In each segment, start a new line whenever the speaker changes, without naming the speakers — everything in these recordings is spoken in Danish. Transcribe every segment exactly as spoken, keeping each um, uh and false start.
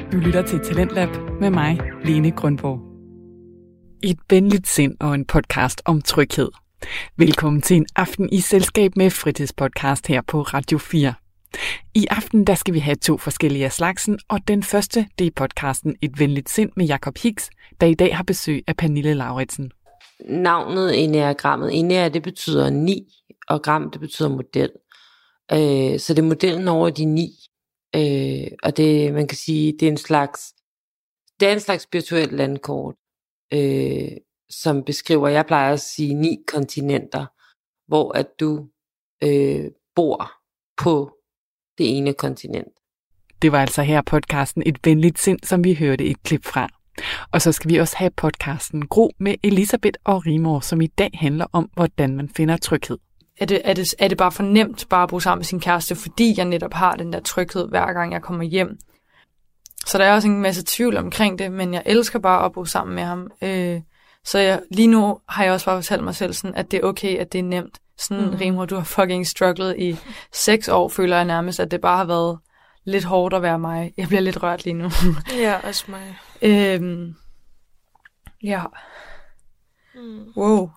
Du lytter til Talentlab med mig, Lene Grønborg. Et venligt sind og en podcast om tryghed. Velkommen til en aften i selskab med fritidspodcast her på Radio fire. I aften der skal vi have to forskellige af slagsen, og den første det er podcasten Et venligt sind med Jacob Hicks, der i dag har besøg af Pernille Lauritsen.
Navnet Enneagrammet, Ennea det betyder ni, og gram det betyder model. Øh, så det er modellen over de ni. Øh, og det, man kan sige, det er en slags, det er en slags spirituelt landkort, øh, som beskriver, jeg plejer at sige, ni kontinenter, hvor at du øh, bor på det ene kontinent.
Det var altså her podcasten Et venligt sind, som vi hørte et klip fra. Og så skal vi også have podcasten Gro med Elisabeth og Rigmor, som i dag handler om, hvordan man finder tryghed.
Er det, er, det, er det bare for nemt bare at bo sammen med sin kæreste, fordi jeg netop har den der tryghed, hver gang jeg kommer hjem? Så der er også en masse tvivl omkring det, men jeg elsker bare at bo sammen med ham. Øh, så jeg, lige nu har jeg også bare fortalt mig selv, sådan, at det er okay, at det er nemt. Sådan, mm. Rigmor, du har fucking strugglet i seks år, føler jeg nærmest, at det bare har været lidt hårdt at være mig. Jeg bliver lidt rørt lige nu.
Ja, også mig.
øhm, ja.
Mm.
Wow.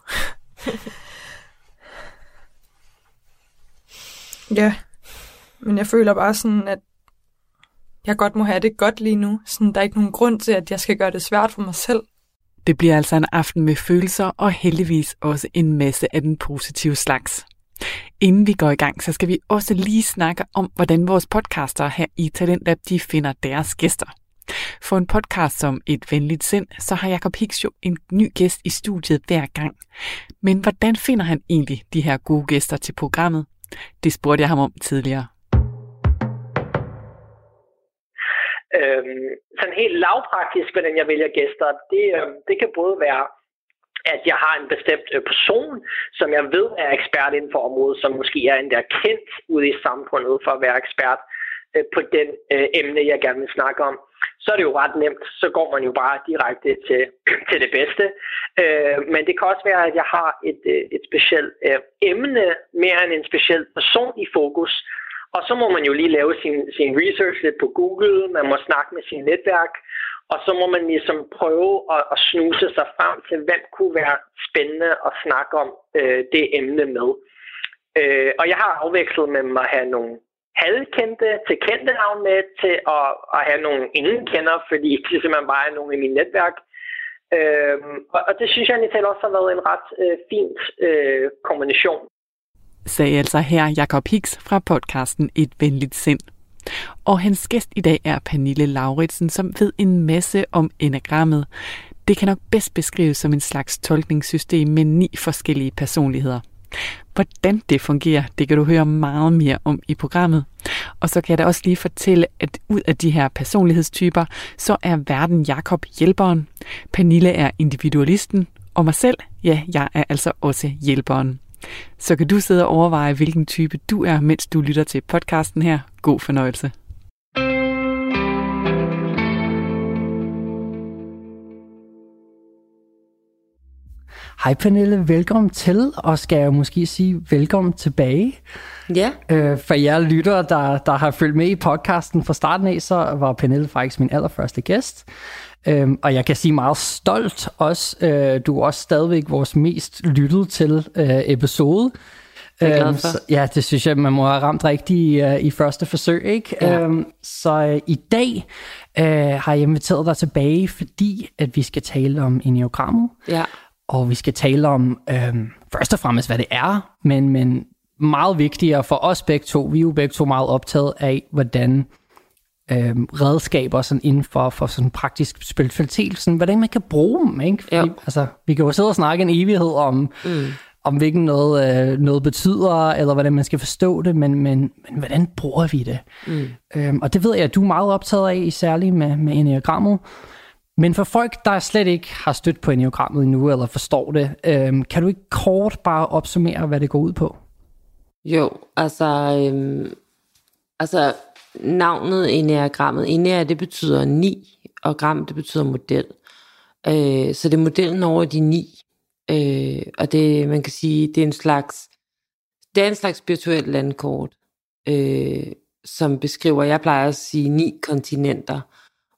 Ja, men jeg føler bare sådan, at jeg godt må have det godt lige nu. Sådan, der er ikke nogen grund til, at jeg skal gøre det svært for mig selv.
Det bliver altså en aften med følelser og heldigvis også en masse af den positive slags. Inden vi går i gang, så skal vi også lige snakke om, hvordan vores podcaster her i Talentlab, de finder deres gæster. For en podcast som Et venligt sind, så har Jacob Hicks jo en ny gæst i studiet hver gang. Men hvordan finder han egentlig de her gode gæster til programmet? Det spurgte jeg ham om tidligere.
Øhm, sådan helt lavpraktisk, hvordan jeg vælger gæster, det, øh, det kan både være, at jeg har en bestemt øh, person, som jeg ved er ekspert inden for området, som måske er en der kendt ude i samfundet for at være ekspert øh, på den øh, emne, jeg gerne vil snakke om. Så er det jo ret nemt, så går man jo bare direkte til, til det bedste. Øh, men det kan også være, at jeg har et, et specielt øh, emne, mere end en speciel person i fokus. Og så må man jo lige lave sin, sin research lidt på Google, man må snakke med sin netværk, og så må man ligesom prøve at, at snuse sig frem til, hvem kunne være spændende at snakke om øh, det emne med. Øh, og jeg har afvekslet med at have nogle halvkendte til kendte navn med, til at, at have nogle ingen kender, fordi de simpelthen bare er nogle i min netværk. Øh, og, og det synes jeg egentlig også har været en ret øh, fint øh, kombination.
Sagde altså her Jacob Hicks fra podcasten Et venligt sind. Og hans gæst i dag er Pernille Lauritsen, som ved en masse om enagrammet. Det kan nok bedst beskrives som en slags tolkningssystem med ni forskellige personligheder. Hvordan det fungerer, det kan du høre meget mere om i programmet. Og så kan jeg da også lige fortælle, at ud af de her personlighedstyper, så er verden Jacob hjælperen, Pernille er individualisten, og mig selv, ja, jeg er altså også hjælperen. Så kan du sidde og overveje, hvilken type du er, mens du lytter til podcasten her. God fornøjelse.
Hej Pernille, velkommen til, og skal jeg måske sige velkommen tilbage.
Ja.
Øh, for jer lyttere, der, der har følt med i podcasten fra starten af, så var Pernille faktisk min allerførste gæst. Øhm, og jeg kan sige meget stolt også, øh, du er også stadigvæk vores mest lyttet til øh, episode.
Det er jeg glad for.
Så, ja, det synes jeg, man må have ramt rigtigt i, uh, i første forsøg, ikke?
Ja.
Øhm, så øh, i dag øh, har jeg inviteret dig tilbage, fordi at vi skal tale om enneagrammet.
Ja.
Og vi skal tale om øh, først og fremmest, hvad det er, men, men meget vigtigere for os begge to. Vi er jo begge to meget optaget af, hvordan øh, redskaber sådan inden for, for sådan praktisk spiritualitet, sådan, hvordan man kan bruge dem. Ikke? Fordi, altså, vi kan jo sidde og snakke en evighed om, mm. om hvilken noget, øh, noget betyder, eller hvordan man skal forstå det, men, men, men hvordan bruger vi det? Mm. Øh, og det ved jeg, at du er meget optaget af, særligt med, med enneagrammet. Men for folk, der slet ikke har stødt på enneagrammet endnu, eller forstår det, øhm, kan du ikke kort bare opsummere, hvad det går ud på?
Jo, altså, øhm, altså navnet enneagrammet, ennea det betyder ni, og gram det betyder model. Øh, så det er modellen over de ni, øh, og det, man kan sige, det er en slags, det er en slags spirituelt landkort, øh, som beskriver, jeg plejer at sige, ni kontinenter,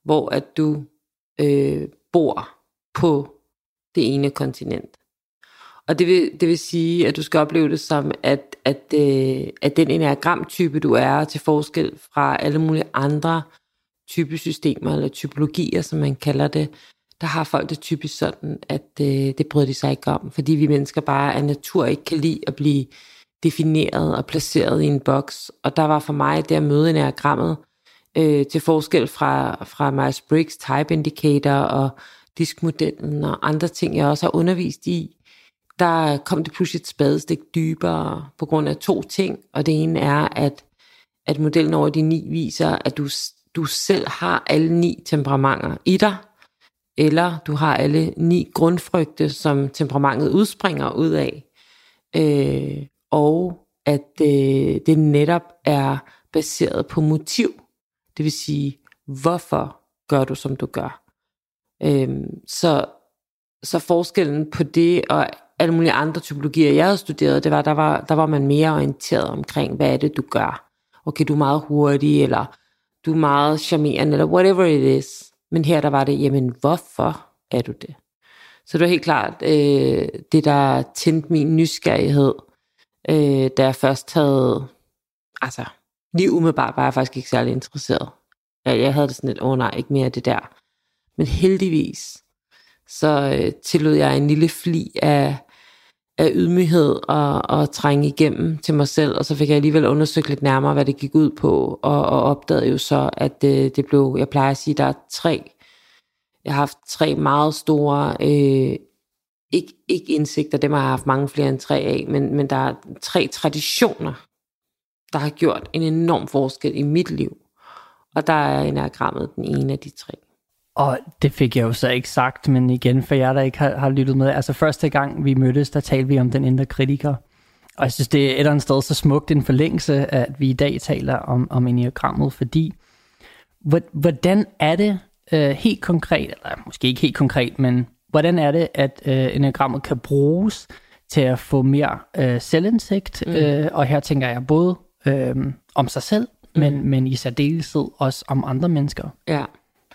hvor at du øh, bor på det ene kontinent. Og det vil, det vil sige, at du skal opleve det som, at, at, øh, at den enagramtype, du er, til forskel fra alle mulige andre typesystemer, eller typologier, som man kalder det, der har folk det typisk sådan, at øh, det bryder de sig ikke om, fordi vi mennesker bare af natur ikke kan lide at blive defineret og placeret i en boks. Og der var for mig det at møde enagrammet, øh, til forskel fra, fra Myers-Briggs Type Indicator og diskmodellen og andre ting, jeg også har undervist i, der kom det pludselig et spadestik dybere på grund af to ting. Og det ene er, at, at modellen over de ni viser, at du, du selv har alle ni temperamenter i dig, eller du har alle ni grundfrygte, som temperamentet udspringer ud af. Øh, og at øh, det netop er baseret på motiv. Det vil sige, hvorfor gør du, som du gør? Øh, så, så forskellen på det og alle mulige andre typologier, jeg havde studeret, det var, der var, der var man mere orienteret omkring, hvad er det, du gør? Okay, du er meget hurtig, eller du er meget charmerende, eller whatever it is. Men her der var det, jamen hvorfor er du det? Så det var helt klart øh, det, der tændte min nysgerrighed, øh, da jeg først havde, altså lige umiddelbart var jeg faktisk ikke særlig interesseret. Jeg, jeg havde det sådan lidt, åh oh, nej, ikke mere af det der. Men heldigvis, så øh, tillod jeg en lille fli af, af ydmyghed og, og trænge igennem til mig selv, og så fik jeg alligevel undersøgt lidt nærmere, hvad det gik ud på, og, og opdagede jo så, at øh, det blev, jeg plejer at sige, der er tre, jeg har haft tre meget store, øh, ikke, ikke indsigter, dem har jeg haft mange flere end tre af, men, men der er tre traditioner, der har gjort en enorm forskel i mit liv, og der er enagrammet den ene af de tre.
Og det fik jeg jo så ikke sagt, men igen, for jer, der ikke har, har lyttet med, altså første gang vi mødtes, der talte vi om den indre kritiker. Og jeg synes, det er et eller andet sted så smukt en forlængelse, at vi i dag taler om, om enagrammet, fordi hvordan er det øh, helt konkret, eller måske ikke helt konkret, men hvordan er det, at øh, enagrammet kan bruges til at få mere øh, selvindsigt, mm. øh, og her tænker jeg både øh, om sig selv, mm. men, men i særdeleshed også om andre mennesker.
Ja.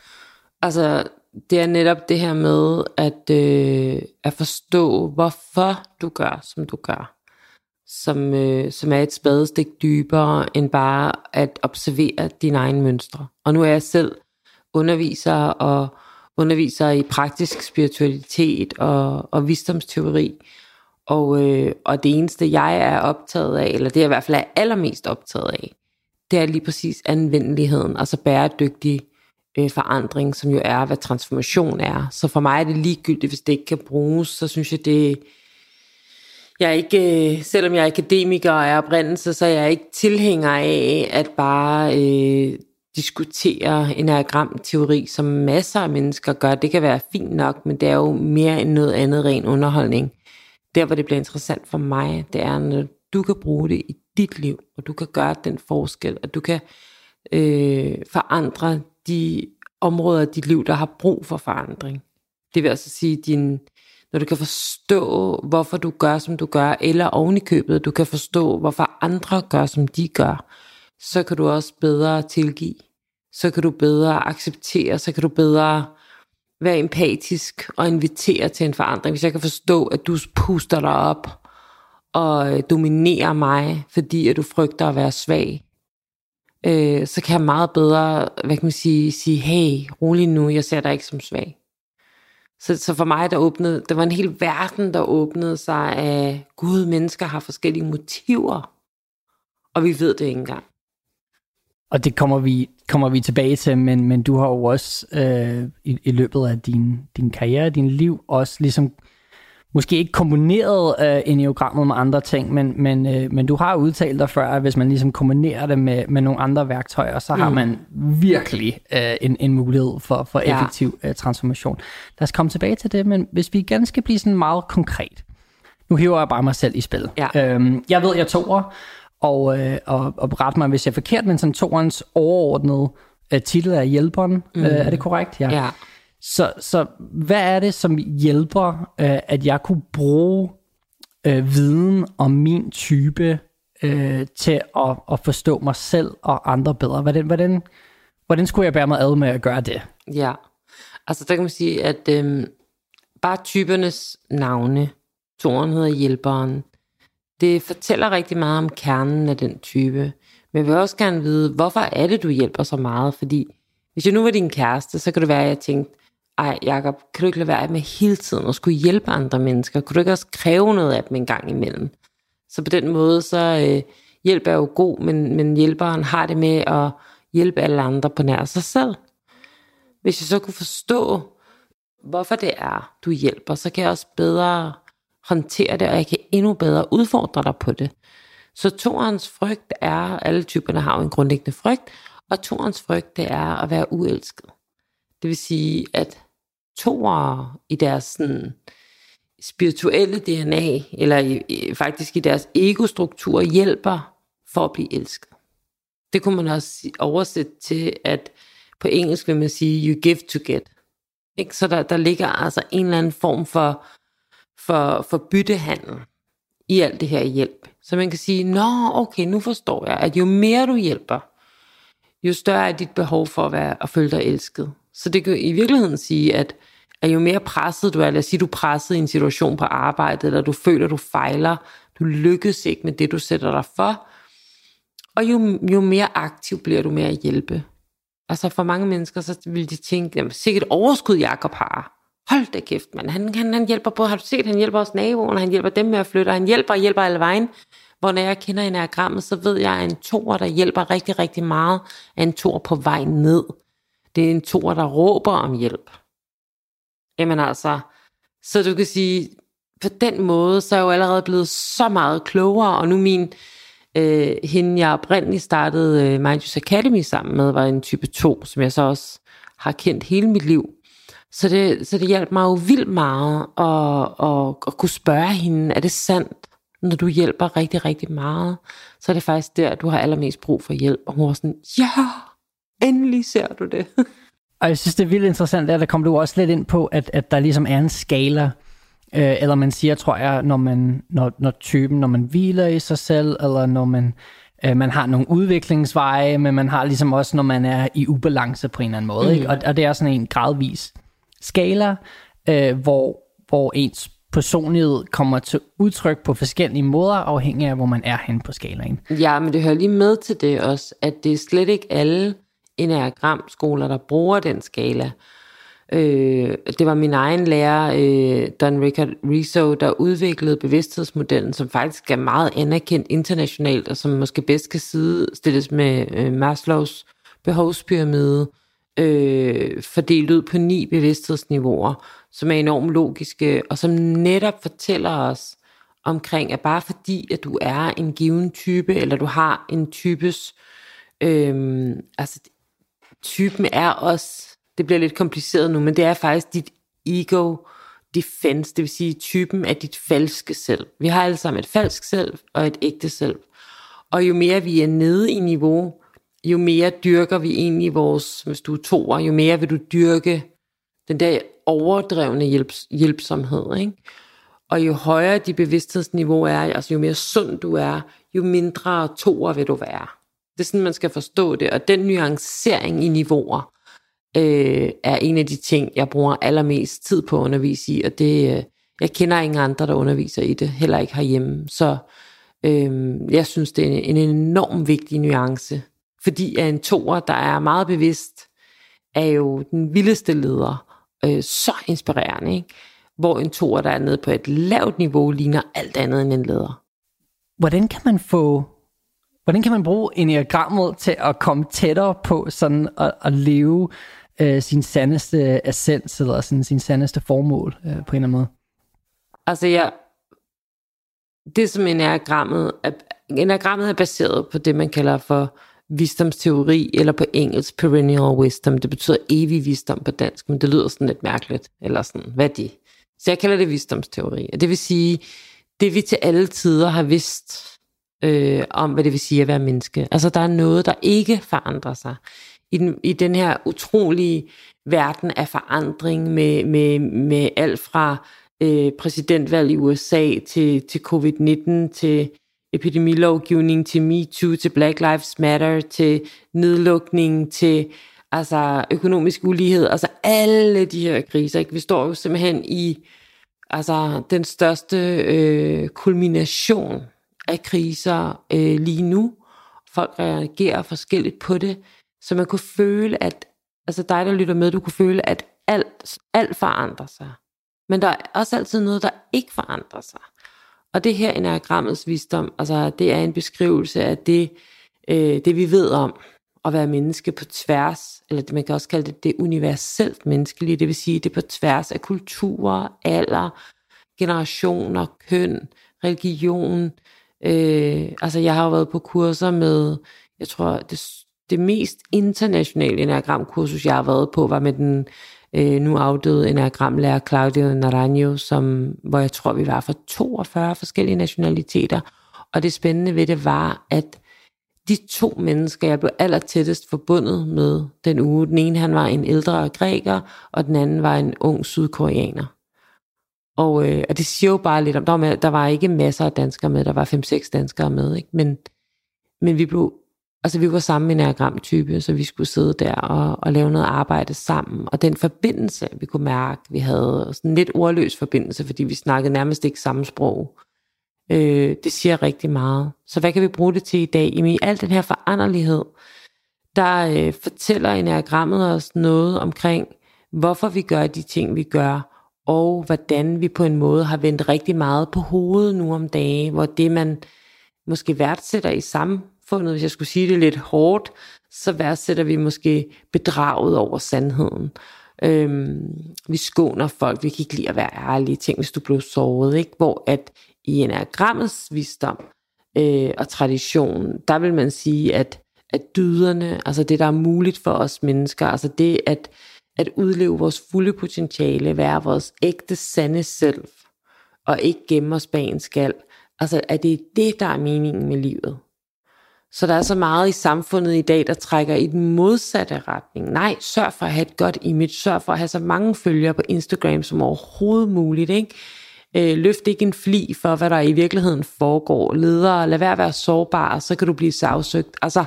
Altså, det er netop det her med at, øh, at forstå, hvorfor du gør, som du gør. Som, øh, som er et spadestik dybere, end bare at observere dine egne mønstre. Og nu er jeg selv underviser, og underviser i praktisk spiritualitet og, og visdomsteori. Og, øh, og det eneste, jeg er optaget af, eller det jeg i hvert fald er allermest optaget af, det er lige præcis anvendeligheden, altså bæredygtig forandring, som jo er, hvad transformation er. Så for mig er det ligegyldigt, hvis det ikke kan bruges, så synes jeg, det jeg er ikke, selvom jeg er akademiker og er oprindelse, så er jeg ikke tilhænger af at bare øh, diskutere enagramteori, som masser af mennesker gør. Det kan være fint nok, men det er jo mere end noget andet ren underholdning. Der, hvor det bliver interessant for mig, det er, når du kan bruge det i dit liv, og du kan gøre den forskel, og du kan øh, forandre de områder af dit liv, der har brug for forandring. Det vil altså sige, din, når du kan forstå, hvorfor du gør, som du gør, eller ovenikøbet, du kan forstå, hvorfor andre gør, som de gør, så kan du også bedre tilgive. Så kan du bedre acceptere, så kan du bedre være empatisk og invitere til en forandring. Hvis jeg kan forstå, at du puster dig op og dominerer mig, fordi at du frygter at være svag, Øh, så kan jeg meget bedre, hvad kan man sige, sige, hey, rolig nu, jeg ser dig ikke som svag. Så, så for mig, der åbnede, der var en hel verden, der åbnede sig af, gud, mennesker har forskellige motiver, og vi ved det ikke engang.
Og det kommer vi, kommer vi tilbage til, men, men du har jo også øh, i, i løbet af din, din karriere, din liv, også ligesom måske ikke kombineret øh, enagrammet med andre ting, men, men, øh, men du har udtalt dig før, at hvis man ligesom kombinerer det med, med nogle andre værktøjer, så har mm. man virkelig øh, en, en mulighed for, for effektiv ja. øh, transformation. Lad os komme tilbage til det, men hvis vi igen skal blive sådan meget konkret. Nu hiver jeg bare mig selv i spil. Ja. Øhm, jeg ved, jeg er toer, og, øh, og, og ret mig, hvis jeg er forkert, men sådan toerens overordnede øh, titel er hjælperen. Mm. Øh, er det korrekt? Ja. ja. Så, så hvad er det, som hjælper, øh, at jeg kunne bruge øh, viden om min type øh, til at, at forstå mig selv og andre bedre? Hvordan, hvordan Hvordan skulle jeg bære mig ad med at gøre det?
Ja, altså der kan man sige, at øhm, bare typernes navne, toren hedder hjælperen, det fortæller rigtig meget om kernen af den type. Men jeg vil også gerne vide, hvorfor er det, du hjælper så meget? Fordi hvis jeg nu var din kæreste, så kan det være, at jeg tænkte, ej Jacob, kan du ikke lade være med hele tiden at skulle hjælpe andre mennesker? Kunne du ikke også kræve noget af dem en gang imellem? Så på den måde, så øh, hjælp er jo god, men, men hjælperen har det med at hjælpe alle andre på nær sig selv. Hvis jeg så kunne forstå, hvorfor det er, du hjælper, så kan jeg også bedre håndtere det, og jeg kan endnu bedre udfordre dig på det. Så toerens frygt er, alle typerne har jo en grundlæggende frygt, og toerens frygt, det er at være uelsket. Det vil sige, at toer i deres sådan, spirituelle D N A, eller i, i, faktisk i deres egostruktur, hjælper for at blive elsket. Det kunne man også oversætte til, at på engelsk vil man sige, you give to get. Ikke? Så der, der ligger altså en eller anden form for, for, for byttehandel i alt det her hjælp. Så man kan sige, nå okay, nu forstår jeg, at jo mere du hjælper, jo større er dit behov for at, være, at føle dig elsket. Så det kan i virkeligheden sige, at, at jo mere presset du er, lad os sige, du er presset i en situation på arbejdet, eller du føler, du fejler, du lykkes ikke med det, du sætter dig for, og jo, jo mere aktiv bliver du med at hjælpe. Altså for mange mennesker, så vil de tænke, jamen sikkert overskud Jacob har. Hold da kæft, mand. Han, han, han hjælper både, har du set, han hjælper også naboen, han hjælper dem med at flytte, han hjælper og hjælper alle vejen. Hvor når jeg kender enagrammet, så ved jeg, at en toer, der hjælper rigtig, rigtig meget, er en toer på vej ned. Det er en toer, der råber om hjælp. Jamen altså, så du kan sige, på den måde, så er jeg jo allerede blevet så meget klogere, og nu min, øh, hende jeg oprindeligt startede øh, Mind Academy sammen med, var en type to, som jeg så også har kendt hele mit liv. Så det, så det hjalp mig jo vildt meget at, at, at kunne spørge hende, er det sandt? Når du hjælper rigtig, rigtig meget, så er det faktisk der, du har allermest brug for hjælp. Og hun var sådan, ja, endelig ser du det.
Og jeg synes, det er vildt interessant, at der kommer du også lidt ind på, at, at der ligesom er en skala, øh, eller man siger, tror jeg, når man, når, når typen, når man hviler i sig selv, eller når man, øh, man har nogle udviklingsveje, men man har ligesom også, når man er i ubalance på en eller anden måde. Mm. Ikke? Og, og det er sådan en gradvis skala, øh, hvor, hvor ens personlighed kommer til udtryk på forskellige måder, afhængig af, hvor man er henne på skalaen.
Ja, men det hører lige med til det også, at det er slet ikke alle enagramskoler, der bruger den skala. Øh, det var min egen lærer, øh, Don Richard Riso, der udviklede bevidsthedsmodellen, som faktisk er meget anerkendt internationalt, og som måske bedst kan sidestilles med øh, Maslows behovspyramide, øh, fordelt ud på ni bevidsthedsniveauer, som er enormt logiske, og som netop fortæller os omkring, at bare fordi, at du er en given type, eller du har en types, øh, altså typen er også, det bliver lidt kompliceret nu, men det er faktisk dit ego defense, det vil sige typen af dit falske selv. Vi har alle sammen et falsk selv og et ægte selv. Og jo mere vi er nede i niveau, jo mere dyrker vi egentlig vores, hvis du er toer, jo mere vil du dyrke den der overdrevne hjælps, hjælpsomhed, ikke? Og jo højere dit bevidsthedsniveau er, altså jo mere sund du er, jo mindre toer vil du være. Det er sådan, man skal forstå det, og den nuancering i niveauer øh, er en af de ting, jeg bruger allermest tid på at undervise i, og det, øh, jeg kender ingen andre, der underviser i det, heller ikke herhjemme, så øh, jeg synes, det er en, en enormt vigtig nuance, fordi at en toer, der er meget bevidst, er jo den vildeste leder, øh, så inspirerende, ikke? Hvor en toer, der er nede på et lavt niveau, ligner alt andet end en leder.
Hvordan kan man få Hvordan kan man bruge enagrammet til at komme tættere på sådan at, at leve øh, sin sandeste essens, eller sådan sin sandeste formål øh, på en eller anden måde?
Altså ja, det som enagrammet er, enagrammet er baseret på det, man kalder for visdomsteori, eller på engelsk perennial wisdom. Det betyder evig visdom på dansk, men det lyder sådan lidt mærkeligt, eller sådan, hvad er det? Så jeg kalder det visdomsteori, og det vil sige, det vi til alle tider har vidst, Øh, om hvad det vil sige at være menneske. Altså der er noget, der ikke forandrer sig. I den, i den her utrolige verden af forandring med, med, med alt fra øh, præsidentvalg i U S A til, til covid nitten, til epidemilovgivning, til MeToo, til Black Lives Matter, til nedlukning, til altså økonomisk ulighed, altså alle de her kriser, ikke? Vi står jo simpelthen i altså den største øh, kulmination af kriser øh, lige nu. Folk reagerer forskelligt på det, så man kunne føle, at altså dig, der lytter med, du kunne føle, at alt, alt forandrer sig. Men der er også altid noget, der ikke forandrer sig. Og det her enagrammets visdom, altså det er en beskrivelse af det, øh, det vi ved om at være menneske på tværs, eller det, man kan også kalde det det universelt menneskelige, det vil sige det på tværs af kulturer, alder, generationer, køn, religion. Øh, altså jeg har jo været på kurser med, jeg tror det, det mest internationale enagramkursus jeg har været på, var med den øh, nu afdøde enagramlærer Claudio Naranjo, som, hvor jeg tror vi var for toogfyrre forskellige nationaliteter. Og det spændende ved det var, at de to mennesker, jeg blev allertættest forbundet med den uge, den ene han var en ældre græker, og den anden var en ung sydkoreaner. Og, øh, og det siger jo bare lidt om, der var, med, der var ikke masser af danskere med, der var fem seks danskere med, ikke? Men, men vi blev, altså vi var samme enagramtype, så vi skulle sidde der og, og lave noget arbejde sammen. Og den forbindelse, vi kunne mærke, vi havde sådan en lidt ordløs forbindelse, fordi vi snakkede nærmest ikke samme sprog. Øh, det siger rigtig meget. Så hvad kan vi bruge det til i dag? Jamen, i al den her foranderlighed, der øh, fortæller enagrammet os noget omkring, hvorfor vi gør de ting, vi gør, og hvordan vi på en måde har vendt rigtig meget på hovedet nu om dagen, hvor det man måske værdsætter i samfundet, hvis jeg skulle sige det lidt hårdt, så værdsætter vi måske bedraget over sandheden. Øhm, vi skåner folk, vi kan ikke lide at være ærlige, ting hvis du blev såret, ikke? Hvor at i enagrammets visdom øh, og tradition, der vil man sige, at, at dyderne, altså det der er muligt for os mennesker, altså det at at udleve vores fulde potentiale, være vores ægte, sande selv, og ikke gemme os bag en skal. Altså, at det er det, der er meningen med livet. Så der er så meget i samfundet i dag, der trækker i den modsatte retning. Nej, sørg for at have et godt image, sørg for at have så mange følgere på Instagram som overhovedet muligt, ikke? Øh, løft ikke en fli for, hvad der i virkeligheden foregår. Ledere, lad være at være sårbare, så kan du blive sagsøgt. Altså,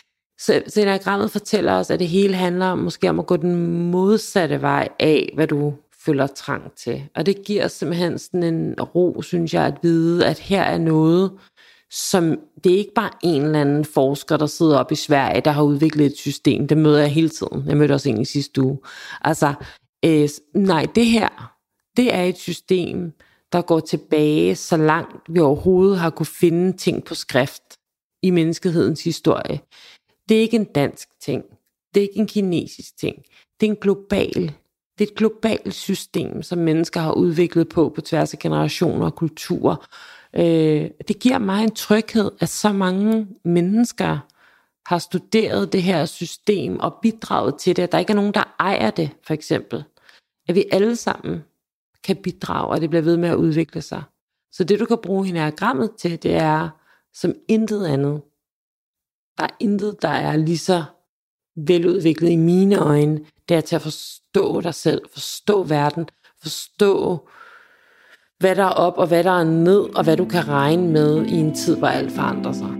Så, så enagrammet fortæller os, at det hele handler måske om at gå den modsatte vej af, hvad du føler trang til. Og det giver simpelthen sådan en ro, synes jeg, at vide, at her er noget, som det er ikke bare en eller anden forsker, der sidder oppe i Sverige, der har udviklet et system. Det møder jeg hele tiden. Jeg mødte også en i sidste uge. Altså, øh, nej, det her, det er et system, der går tilbage så langt vi overhovedet har kunne finde ting på skrift i menneskehedens historie. Det er ikke en dansk ting. Det er ikke en kinesisk ting. Det er en global. Det er et globalt system, som mennesker har udviklet på på tværs af generationer og kulturer. Øh, det giver mig en tryghed, at så mange mennesker har studeret det her system og bidraget til det. At der ikke er nogen, der ejer det, for eksempel. At vi alle sammen kan bidrage, og det bliver ved med at udvikle sig. Så det, du kan bruge enagrammet til, det er som intet andet. Der er intet, der er lige så veludviklet i mine øjne. Det er til at forstå dig selv, forstå verden, forstå, hvad der er op og hvad der er ned, og hvad du kan regne med i en tid, hvor alt forandrer sig.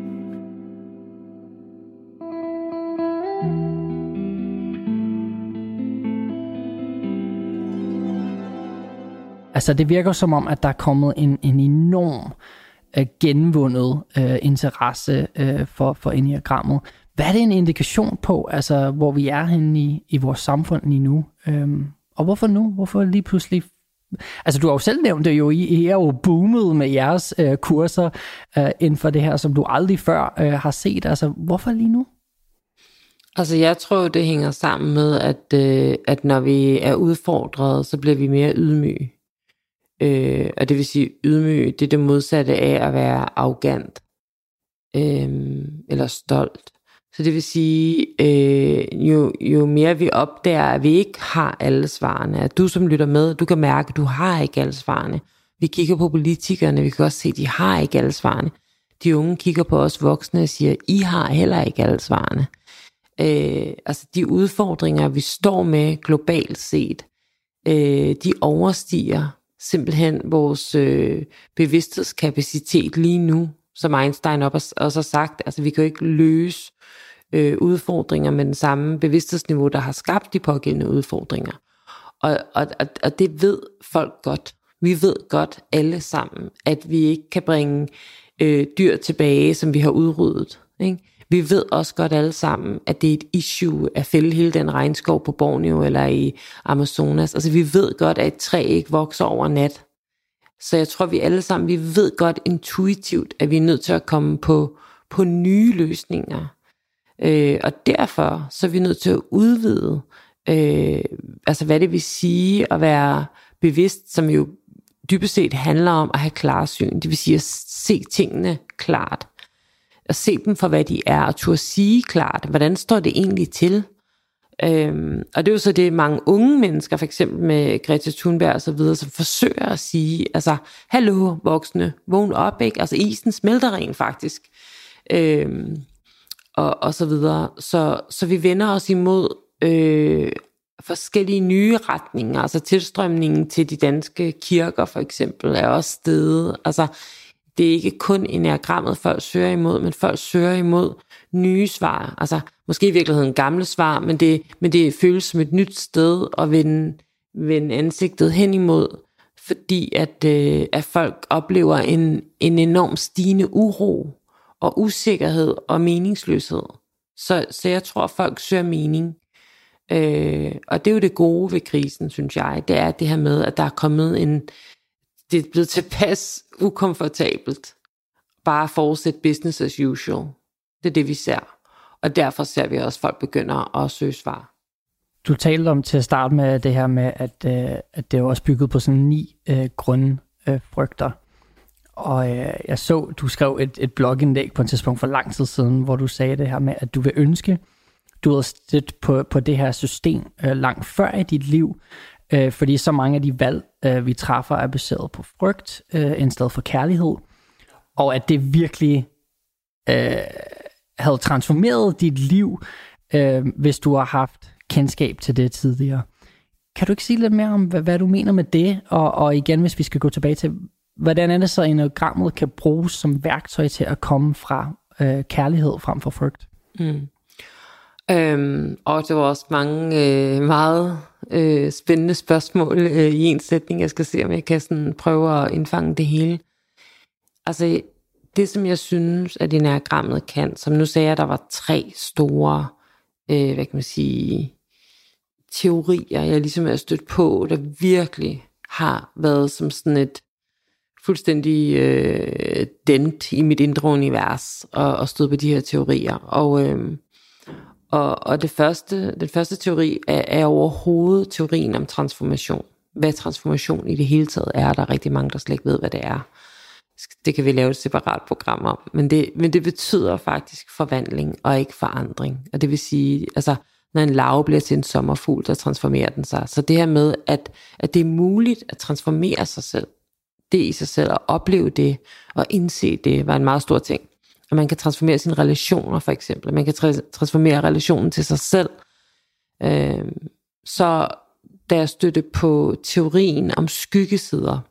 Altså det virker som om, at der er kommet en, en enorm uh, genvundet uh, interesse uh, for, for enagrammet. Hvad er det en indikation på, altså hvor vi er henne i, i vores samfund lige nu? Um, og hvorfor nu? Hvorfor lige pludselig? Altså du har jo selv nævnt det jo, I er jo boomet med jeres uh, kurser uh, inden for det her, som du aldrig før uh, har set. Altså hvorfor lige nu?
Altså jeg tror, det hænger sammen med, at, øh, at når vi er udfordret, så bliver vi mere ydmyge. Øh, og det vil sige, ydmyge, det er det modsatte af at være arrogant øh, eller stolt. Så det vil sige, øh, jo, jo mere vi opdager, at vi ikke har alle svarene, at du som lytter med, du kan mærke, at du har ikke alle svarene. Vi kigger på politikerne, vi kan også se, at de har ikke alle svarene. De unge kigger på os voksne og siger, I har heller ikke alle svarene. Øh, altså de udfordringer, vi står med globalt set, øh, de overstiger simpelthen vores øh, bevidsthedskapacitet lige nu, som Einstein også har sagt. Altså vi kan jo ikke løse øh, udfordringer med den samme bevidsthedsniveau, der har skabt de pågældende udfordringer. Og, og, og det ved folk godt. Vi ved godt alle sammen, at vi ikke kan bringe øh, dyr tilbage, som vi har udryddet. Ikke? Vi ved også godt alle sammen, at det er et issue at fælde hele den regnskov på Borneo eller i Amazonas. Altså vi ved godt, at et træ ikke vokser over nat. Så jeg tror, vi alle sammen, vi ved godt intuitivt, at vi er nødt til at komme på, på nye løsninger. Øh, og derfor så er vi nødt til at udvide, øh, altså hvad det vil sige at være bevidst, som jo dybest set handler om at have klarsyn. Det vil sige at se tingene klart. At se dem for, hvad de er, og turde sige klart, hvordan står det egentlig til? Øhm, og det er jo så det, mange unge mennesker, for eksempel med Greta Thunberg og så videre, som forsøger at sige, altså, hallo voksne, vågn op, ikke? Altså isen smelter rent faktisk. Øhm, og, og så videre. Så, så vi vender os imod øh, forskellige nye retninger, altså tilstrømningen til de danske kirker for eksempel, er også steget. Altså, det er ikke kun enagrammet, folk søger imod, men folk søger imod nye svar. Altså, måske i virkeligheden gamle svar, men det, men det føles som et nyt sted at vende, vende ansigtet hen imod, fordi at, øh, at folk oplever en, en enorm stigende uro og usikkerhed og meningsløshed. Så, så jeg tror, at folk søger mening. Øh, og det er jo det gode ved krisen, synes jeg. Det er det her med, at der er kommet en... Det er blevet tilpas ukomfortabelt. Bare fortsætte business as usual. Det er det, vi ser. Og derfor ser vi også, at folk begynder at søge svar.
Du talte om til at starte med det her med, at, øh, at det er også bygget på sådan ni øh, grundfrygter. Øh, og øh, jeg så, du skrev et, et blogindlæg på et tidspunkt for lang tid siden, hvor du sagde det her med, at du vil ønske, du havde stødt på, på det her system øh, langt før i dit liv, øh, fordi så mange af de valg, øh, vi træffer, er baseret på frygt, øh, i stedet for kærlighed, og at det virkelig øh, havde transformeret dit liv, øh, hvis du har haft kendskab til det tidligere. Kan du ikke sige lidt mere om, hvad, hvad du mener med det? Og, og igen, hvis vi skal gå tilbage til, hvordan er det så, enagrammet kan bruges som værktøj til at komme fra øh, kærlighed frem for frygt?
Mm. Øhm, og det var også mange øh, meget øh, spændende spørgsmål øh, i en sætning. Jeg skal se, om jeg kan sådan prøve at indfange det hele. Altså, det som jeg synes, at enagrammet kan, som nu sagde jeg, at der var tre store, øh, hvad kan man sige, teorier, jeg ligesom er stødt på, der virkelig har været som sådan et fuldstændig øh, dent i mit indre univers, og, og stod på de her teorier. Og, øh, og, og det første, den første teori er, er overhovedet teorien om transformation. Hvad transformation i det hele taget er, der er rigtig mange, der slet ikke ved, hvad det er. Det kan vi lave et separat program om. Men det, men det betyder faktisk forvandling og ikke forandring. Og det vil sige, altså når en larve bliver til en sommerfugl, der transformerer den sig. Så det her med, at, at det er muligt at transformere sig selv, det i sig selv, at opleve det og indse det, var en meget stor ting. Og man kan transformere sine relationer for eksempel. Man kan tra- transformere relationen til sig selv. Øh, så da jeg stødte på teorien om skyggesider,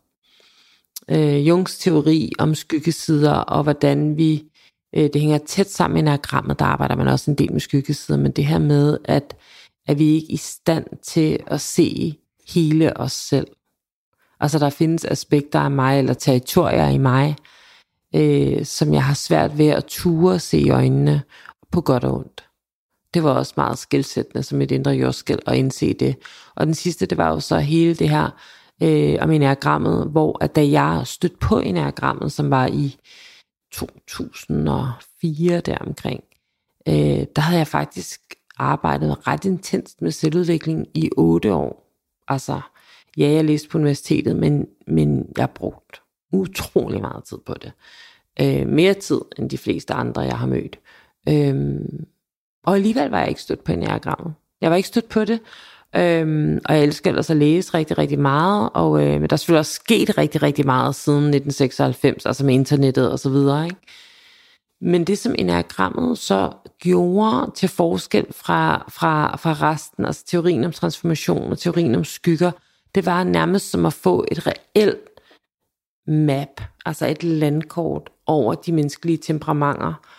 øh, Jungs teori om skyggesider, og hvordan vi, øh, det hænger tæt sammen med enagrammet, der arbejder man også en del med skyggesider, men det her med, at, at vi ikke er i stand til at se hele os selv. Altså der findes aspekter af mig, eller territorier i mig, øh, som jeg har svært ved at ture at se i øjnene, på godt og ondt. Det var også meget skelsættende som et indre jordskælv at indse det. Og den sidste, det var jo så hele det her øh, om enagrammet, hvor at da jeg stødte på enagrammet, som var i to tusind og fire deromkring, øh, der havde jeg faktisk arbejdet ret intenst med selvudvikling i otte år. Altså, ja, jeg læste på universitetet, men, men jeg har brugt utrolig meget tid på det. Øh, mere tid end de fleste andre, jeg har mødt. Øh, og alligevel var jeg ikke stødt på enagrammet. Jeg var ikke stødt på det, øh, og jeg elsker ellers at læse rigtig, rigtig meget, og øh, men der er selvfølgelig også sket rigtig, rigtig meget siden nitten seksoghalvfems, altså med internettet og så videre, ikke? Men det som enagrammet så gjorde til forskel fra, fra, fra resten, altså teorien om transformation og teorien om skygger, det var nærmest som at få et reelt map, altså et landkort over de menneskelige temperamenter.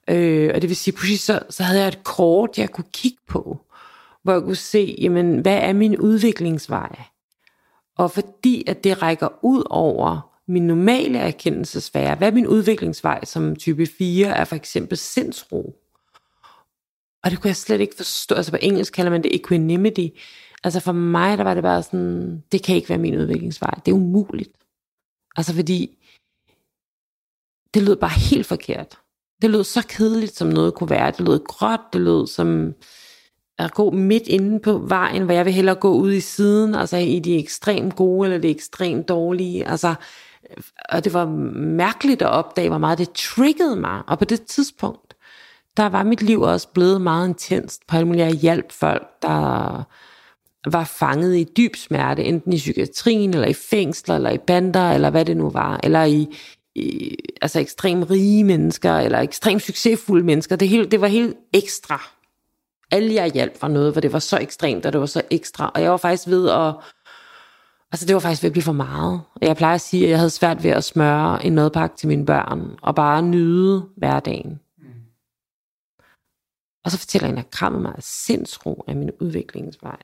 Øh, og det vil sige, pludselig så, så havde jeg et kort, jeg kunne kigge på, hvor jeg kunne se, jamen, hvad er min udviklingsvej? Og fordi at det rækker ud over min normale erkendelsesfære, hvad er min udviklingsvej som type fire, er for eksempel sindsro. Og det kunne jeg slet ikke forstå. Altså på engelsk kalder man det equanimity. Altså for mig, der var det bare sådan, det kan ikke være min udviklingsvej. Det er umuligt. Altså fordi, det lød bare helt forkert. Det lød så kedeligt, som noget kunne være. Det lød gråt, det lød som at gå midt inde på vejen, hvor jeg vil hellere gå ud i siden, altså i de ekstremt gode, eller det ekstremt dårlige. Altså, og det var mærkeligt at opdage, hvor meget det triggede mig. Og på det tidspunkt, der var mit liv også blevet meget intenst. På alle mulige hjælp folk, der var fanget i dyb smerte, enten i psykiatrien, eller i fængsler, eller i bander, eller hvad det nu var, eller i, i altså ekstremt rige mennesker, eller ekstremt succesfulde mennesker. Det, hele, det var helt ekstra. Alle jeg hjalp var noget, hvor det var så ekstremt, og det var så ekstra. Og jeg var faktisk ved at, altså det var faktisk ved at blive for meget. Jeg plejer at sige, at jeg havde svært ved at smøre en madpakke til mine børn, og bare nyde hverdagen. Mm. Og så fortæller en, at kramme mig af sindsro af min udviklingsvej.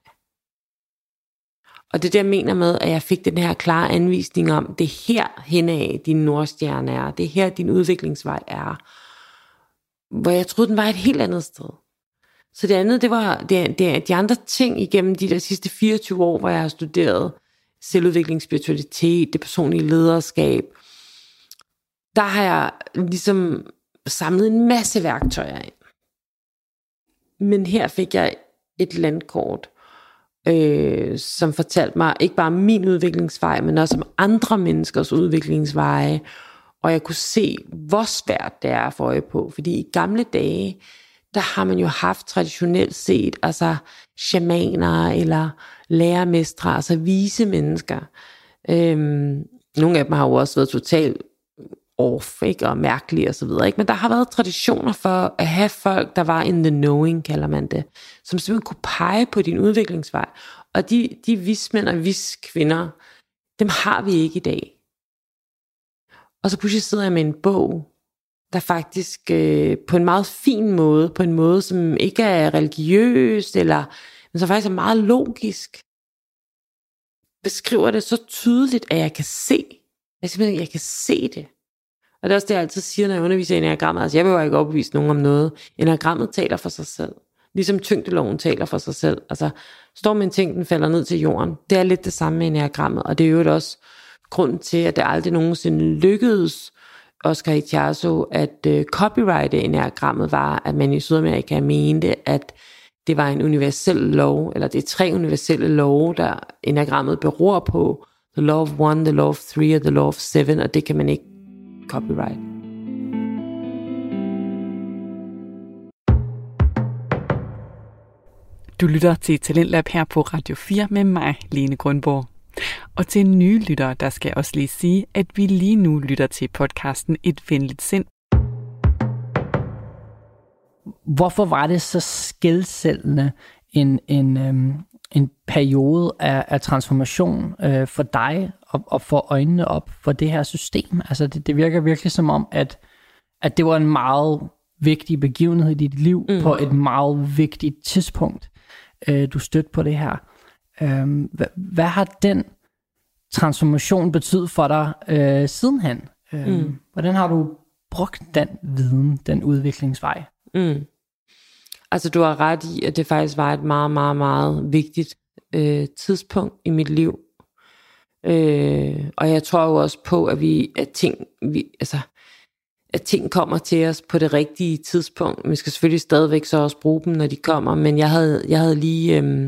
Og det der jeg mener med, at jeg fik den her klare anvisning om, det er her henad din nordstjerne er, det er her din udviklingsvej er. Hvor jeg troede, den var et helt andet sted. Så det andet, det var det, det, de andre ting igennem de der sidste fireogtyve år, hvor jeg har studeret selvudvikling, spiritualitet, det personlige lederskab. Der har jeg ligesom samlet en masse værktøjer ind. Men her fik jeg et landkort, øh, som fortalte mig ikke bare min udviklingsvej, men også om andre menneskers udviklingsveje. Og jeg kunne se, hvor svært det er at få øje på. Fordi i gamle dage, der har man jo haft traditionelt set, altså shamaner eller lærermestre, altså vise mennesker. Øhm, nogle af dem har jo også været totalt off, ikke, og mærkelige og så videre, ikke? Men der har været traditioner for at have folk, der var in the knowing, kalder man det, som simpelthen kunne pege på din udviklingsvej. Og de, de vismænd og viskvinder, dem har vi ikke i dag. Og så pludselig sidder jeg med en bog, der faktisk øh, på en meget fin måde, på en måde, som ikke er religiøs, eller, men som faktisk er meget logisk, beskriver det så tydeligt, at jeg kan se. Jeg simpelthen, jeg kan se det. Og det er også det, jeg altid siger, når jeg underviser i enagrammet. Altså, jeg vil jo ikke overbevise nogen om noget. Enagrammet taler for sig selv. Ligesom tyngdeloven taler for sig selv. Altså, står med en ting, den falder ned til jorden. Det er lidt det samme med enagrammet. Og det er jo også grunden til, at det aldrig nogensinde lykkedes Oscar Ichazo at uh, copyrighte enagrammet var, at man i Sydamerika mente, at det var en universel lov, eller det er tre universelle love, der enagrammet beror på. The law of one, the law of three og the law of seven, og det kan man ikke copyright.
Du lytter til Talentlab her på Radio fire med mig, Lene Grundborg. Og til nye lyttere, der skal jeg også lige sige, at vi lige nu lytter til podcasten Et Venligt Sind.
Hvorfor var det så skelsættende en, en, øhm, en periode af, af transformation øh, for dig og, og få øjnene op for det her system? Altså det, det virker virkelig som om, at, at det var en meget vigtig begivenhed i dit liv mm. på et meget vigtigt tidspunkt, øh, du stødte på det her. Øh, hvad, hvad har den transformation betydet for dig øh, sidenhen? Øh, mm. Hvordan har du brugt den viden, den udviklingsvej?
Mm. Altså du har ret i, at det faktisk var et meget, meget, meget vigtigt øh, tidspunkt i mit liv. Øh, og jeg tror jo også på, at vi, at ting, vi, altså, at ting kommer til os på det rigtige tidspunkt. Vi skal selvfølgelig stadigvæk så også bruge dem, når de kommer. Men jeg havde, jeg havde lige, øh,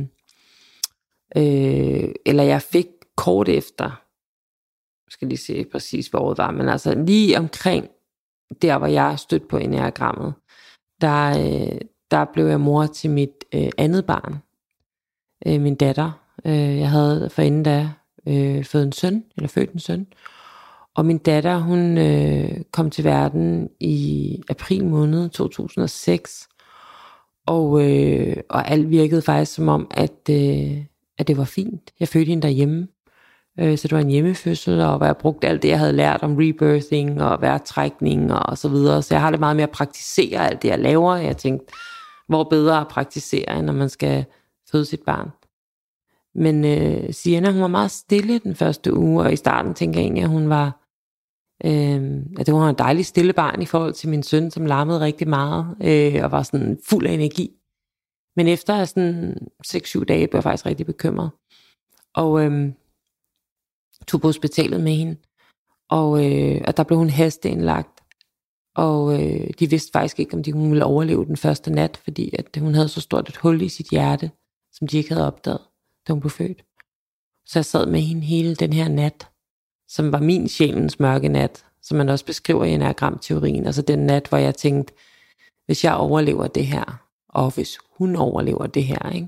øh, eller jeg fik kort efter, jeg skal lige se præcis, hvor året var, men altså lige omkring der, hvor jeg stødte på enagrammet, der, øh, der blev jeg mor til mit øh, andet barn, øh, min datter. Øh, jeg havde forinden da øh, født en søn, eller født en søn, og min datter, hun øh, kom til verden i april måned to tusind og seks, og, øh, og alt virkede faktisk som om, at, øh, at det var fint. Jeg fødte hende derhjemme, Øh, så det var en hjemmefødsel, og hvor jeg brugte alt det, jeg havde lært om rebirthing og vejrtrækning og så videre. Så jeg har det meget med at praktisere alt det, jeg laver. Jeg tænkte, hvor bedre at praktisere, når man skal føde sit barn. Men øh, Sienna, hun var meget stille den første uge, og i starten tænker jeg egentlig, at hun var, øh, at det var en dejlig stille barn i forhold til min søn, som larmede rigtig meget, øh, og var sådan fuld af energi. Men efter sådan seks syv dage, blev jeg faktisk rigtig bekymret. Og øh, tog på hospitalet med hende, og, øh, og der blev hun hasteindlagt. Og øh, de vidste faktisk ikke, om de hun ville overleve den første nat, fordi at hun havde så stort et hul i sit hjerte, som de ikke havde opdaget, da hun blev født. Så jeg sad med hende hele den her nat, som var min sjælens mørke nat, som man også beskriver i enagramteorien. Altså den nat, hvor jeg tænkte, hvis jeg overlever det her, og hvis hun overlever det her, ikke,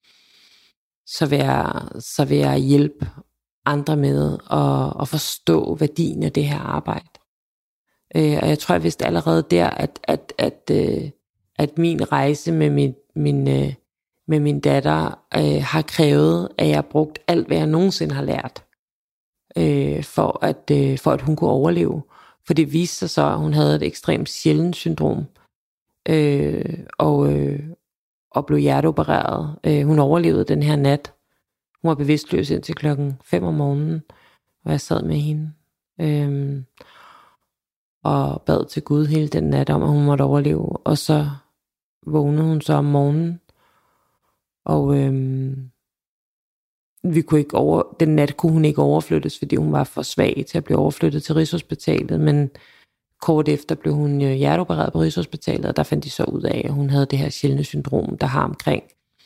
så, vil jeg, så vil jeg hjælpe andre med at, at forstå værdien af det her arbejde. Øh, og jeg tror, jeg vidste allerede der, at, at, at, øh, at min rejse med min, min, øh, med min datter øh, har krævet, at jeg har brugt alt, hvad jeg nogensinde har lært, øh, for, at, øh, for at hun kunne overleve. For det viste sig så, at hun havde et ekstremt sjældent syndrom, øh, og, øh, og blev hjerteopereret. Øh, hun overlevede den her nat. Hun var bevidstløs indtil klokken fem om morgenen, hvor jeg sad med hende. Øh, og bad til Gud hele den nat om, at hun måtte overleve. Og så vågnede hun så om morgenen, og øhm, vi kunne ikke over, den nat kunne hun ikke overflyttes, fordi hun var for svag til at blive overflyttet til Rigshospitalet, men kort efter blev hun hjerteopereret på Rigshospitalet, og der fandt de så ud af, at hun havde det her sjældne syndrom, der har omkring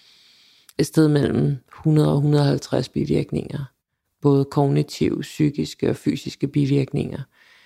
et sted mellem hundrede og hundrede og halvtreds bivirkninger, både kognitive, psykiske og fysiske bivirkninger,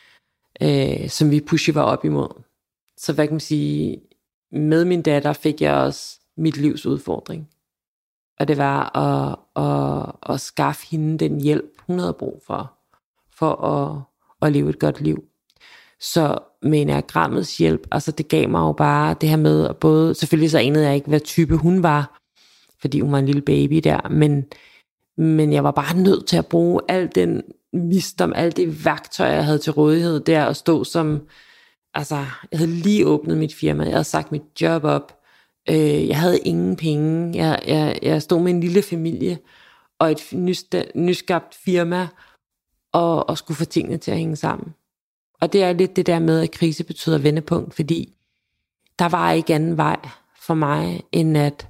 øh, som vi pusher var op imod. Så hvad kan man sige, med min datter fik jeg også mit livs udfordring. Og det var at, at, at skaffe hende den hjælp, hun havde brug for, for at, at leve et godt liv. Så med enagrammets hjælp, altså det gav mig jo bare det her med, at både, selvfølgelig så anede jeg ikke, hvad type hun var, fordi hun var en lille baby der, men, men jeg var bare nødt til at bruge al den visdom, alt det værktøj, jeg havde til rådighed der, og stå som, altså, jeg havde lige åbnet mit firma, jeg havde sagt mit job op, øh, jeg havde ingen penge, jeg, jeg, jeg stod med en lille familie, og et nysta, nyskabt firma, og, og skulle få tingene til at hænge sammen. Og det er lidt det der med, at krise betyder vendepunkt, fordi der var ikke anden vej for mig, end at,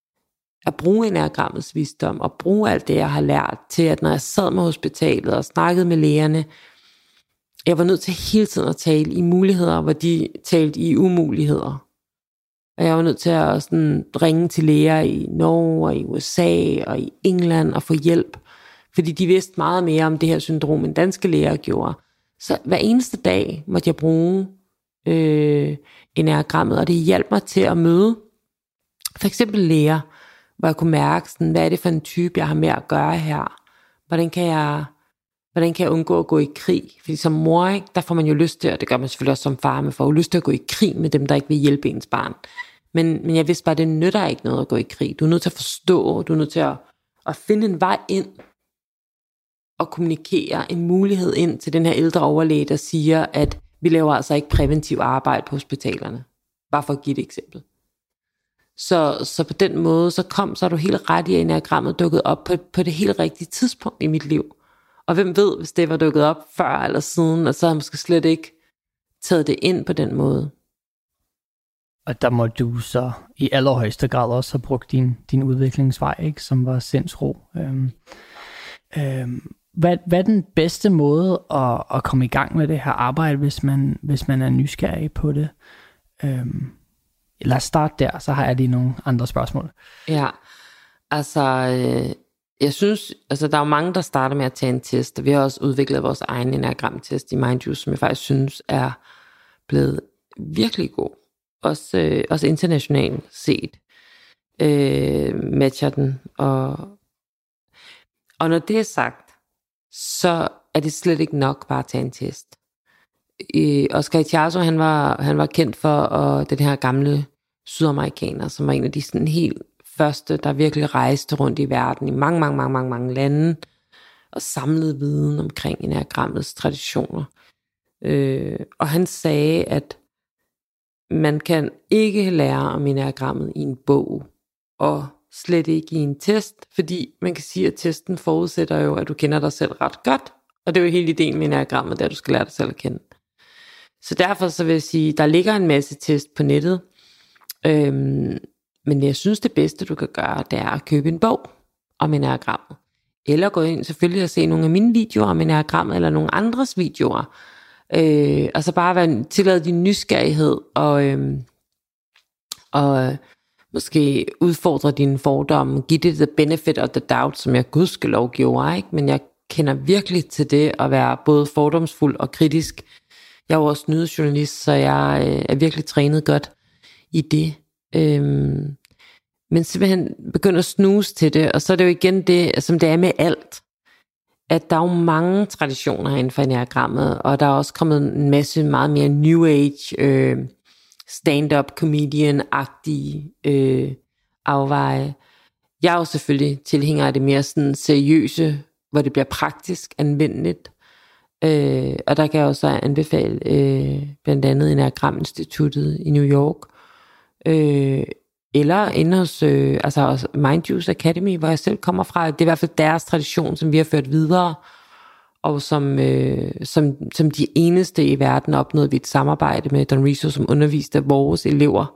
at bruge enagrammets visdom, og bruge alt det, jeg har lært, til at når jeg sad med hospitalet og snakkede med lægerne, jeg var nødt til hele tiden at tale i muligheder, hvor de talte i umuligheder. Og jeg var nødt til at sådan ringe til læger i Norge og i U S A og i England og få hjælp, fordi de vidste meget mere om det her syndrom, end danske læger gjorde. Så hver eneste dag måtte jeg bruge øh, enagrammet, og det hjalp mig til at møde for eksempel læger, hvor jeg kunne mærke, sådan, hvad er det for en type, jeg har med at gøre her? Hvordan kan jeg, hvordan kan jeg undgå at gå i krig? Fordi som mor, ikke, der får man jo lyst til, og det gør man selvfølgelig også som far, man får jo lyst til at gå i krig med dem, der ikke vil hjælpe ens barn. Men, men jeg vidste bare, det nytter ikke noget at gå i krig. Du er nødt til at forstå, du er nødt til at, at finde en vej ind, og kommunikere en mulighed ind til den her ældre overlæge, der siger, at vi laver altså ikke præventiv arbejde på hospitalerne. Bare for at give et eksempel. Så, så på den måde, så kom, så er du helt ret i, at enagrammet dukket op på, på det helt rigtige tidspunkt i mit liv. Og hvem ved, hvis det var dukket op før eller siden, og så havde jeg måske slet ikke taget det ind på den måde.
Og der må du så i allerhøjeste grad også have brugt din, din udviklingsvej, ikke, som var sindsro. Øhm, øhm, hvad, hvad er den bedste måde at, at komme i gang med det her arbejde, hvis man, hvis man er nysgerrig på det? Øhm, lad os starte der, så har jeg lige nogle andre spørgsmål.
Ja, altså, øh, jeg synes, altså der er jo mange, der starter med at tage en test, og vi har også udviklet vores egen enagramtest i MindJuice, som jeg faktisk synes er blevet virkelig god. Også, øh, også internationalt set øh, matcher den. Og, og når det er sagt, så er det slet ikke nok bare at tage en test. Øh, Oscar Ichazo, han var, han var kendt for og den her gamle sydamerikaner, som var en af de sådan helt første, der virkelig rejste rundt i verden, i mange, mange, mange, mange, mange lande, og samlede viden omkring enneagrammets traditioner. Øh, og han sagde, at man kan ikke lære om enneagrammet i en bog, og slet ikke i en test, fordi man kan sige, at testen forudsætter jo, at du kender dig selv ret godt, og det er jo hele ideen med enneagrammet, det er, at du skal lære dig selv at kende. Så derfor så vil jeg sige, der ligger en masse test på nettet, øhm, men jeg synes det bedste du kan gøre, det er at købe en bog om enneagrammet, eller gå ind selvfølgelig og se nogle af mine videoer om enneagrammet, eller nogle andres videoer, øh, og så bare være, tillade din nysgerrighed, og, øhm, og måske udfordre dine fordomme, give det the benefit of the doubt, som jeg gudskelov gjorde, ikke? Men jeg kender virkelig til det at være både fordomsfuld og kritisk. Jeg er jo også nyhedsjournalist, så jeg øh, er virkelig trænet godt i det. Øhm, men simpelthen begynder at snuse til det, og så er det jo igen det, som det er med alt, at der er jo mange traditioner inden for enneagrammet, og der er også kommet en masse meget mere new age, øh, stand-up comedian-agtige øh, afveje. Jeg er jo selvfølgelig tilhænger af det mere sådan seriøse, hvor det bliver praktisk anvendeligt. Øh, og der kan jeg også anbefale øh, blandt andet Enneagram-instituttet i New York. Øh, eller inde hos øh, altså også Mindjuice Academy, hvor jeg selv kommer fra. Det er i hvert fald deres tradition, som vi har ført videre, og som, øh, som, som de eneste i verden opnåede vi et samarbejde med Don Riso, som underviste vores elever.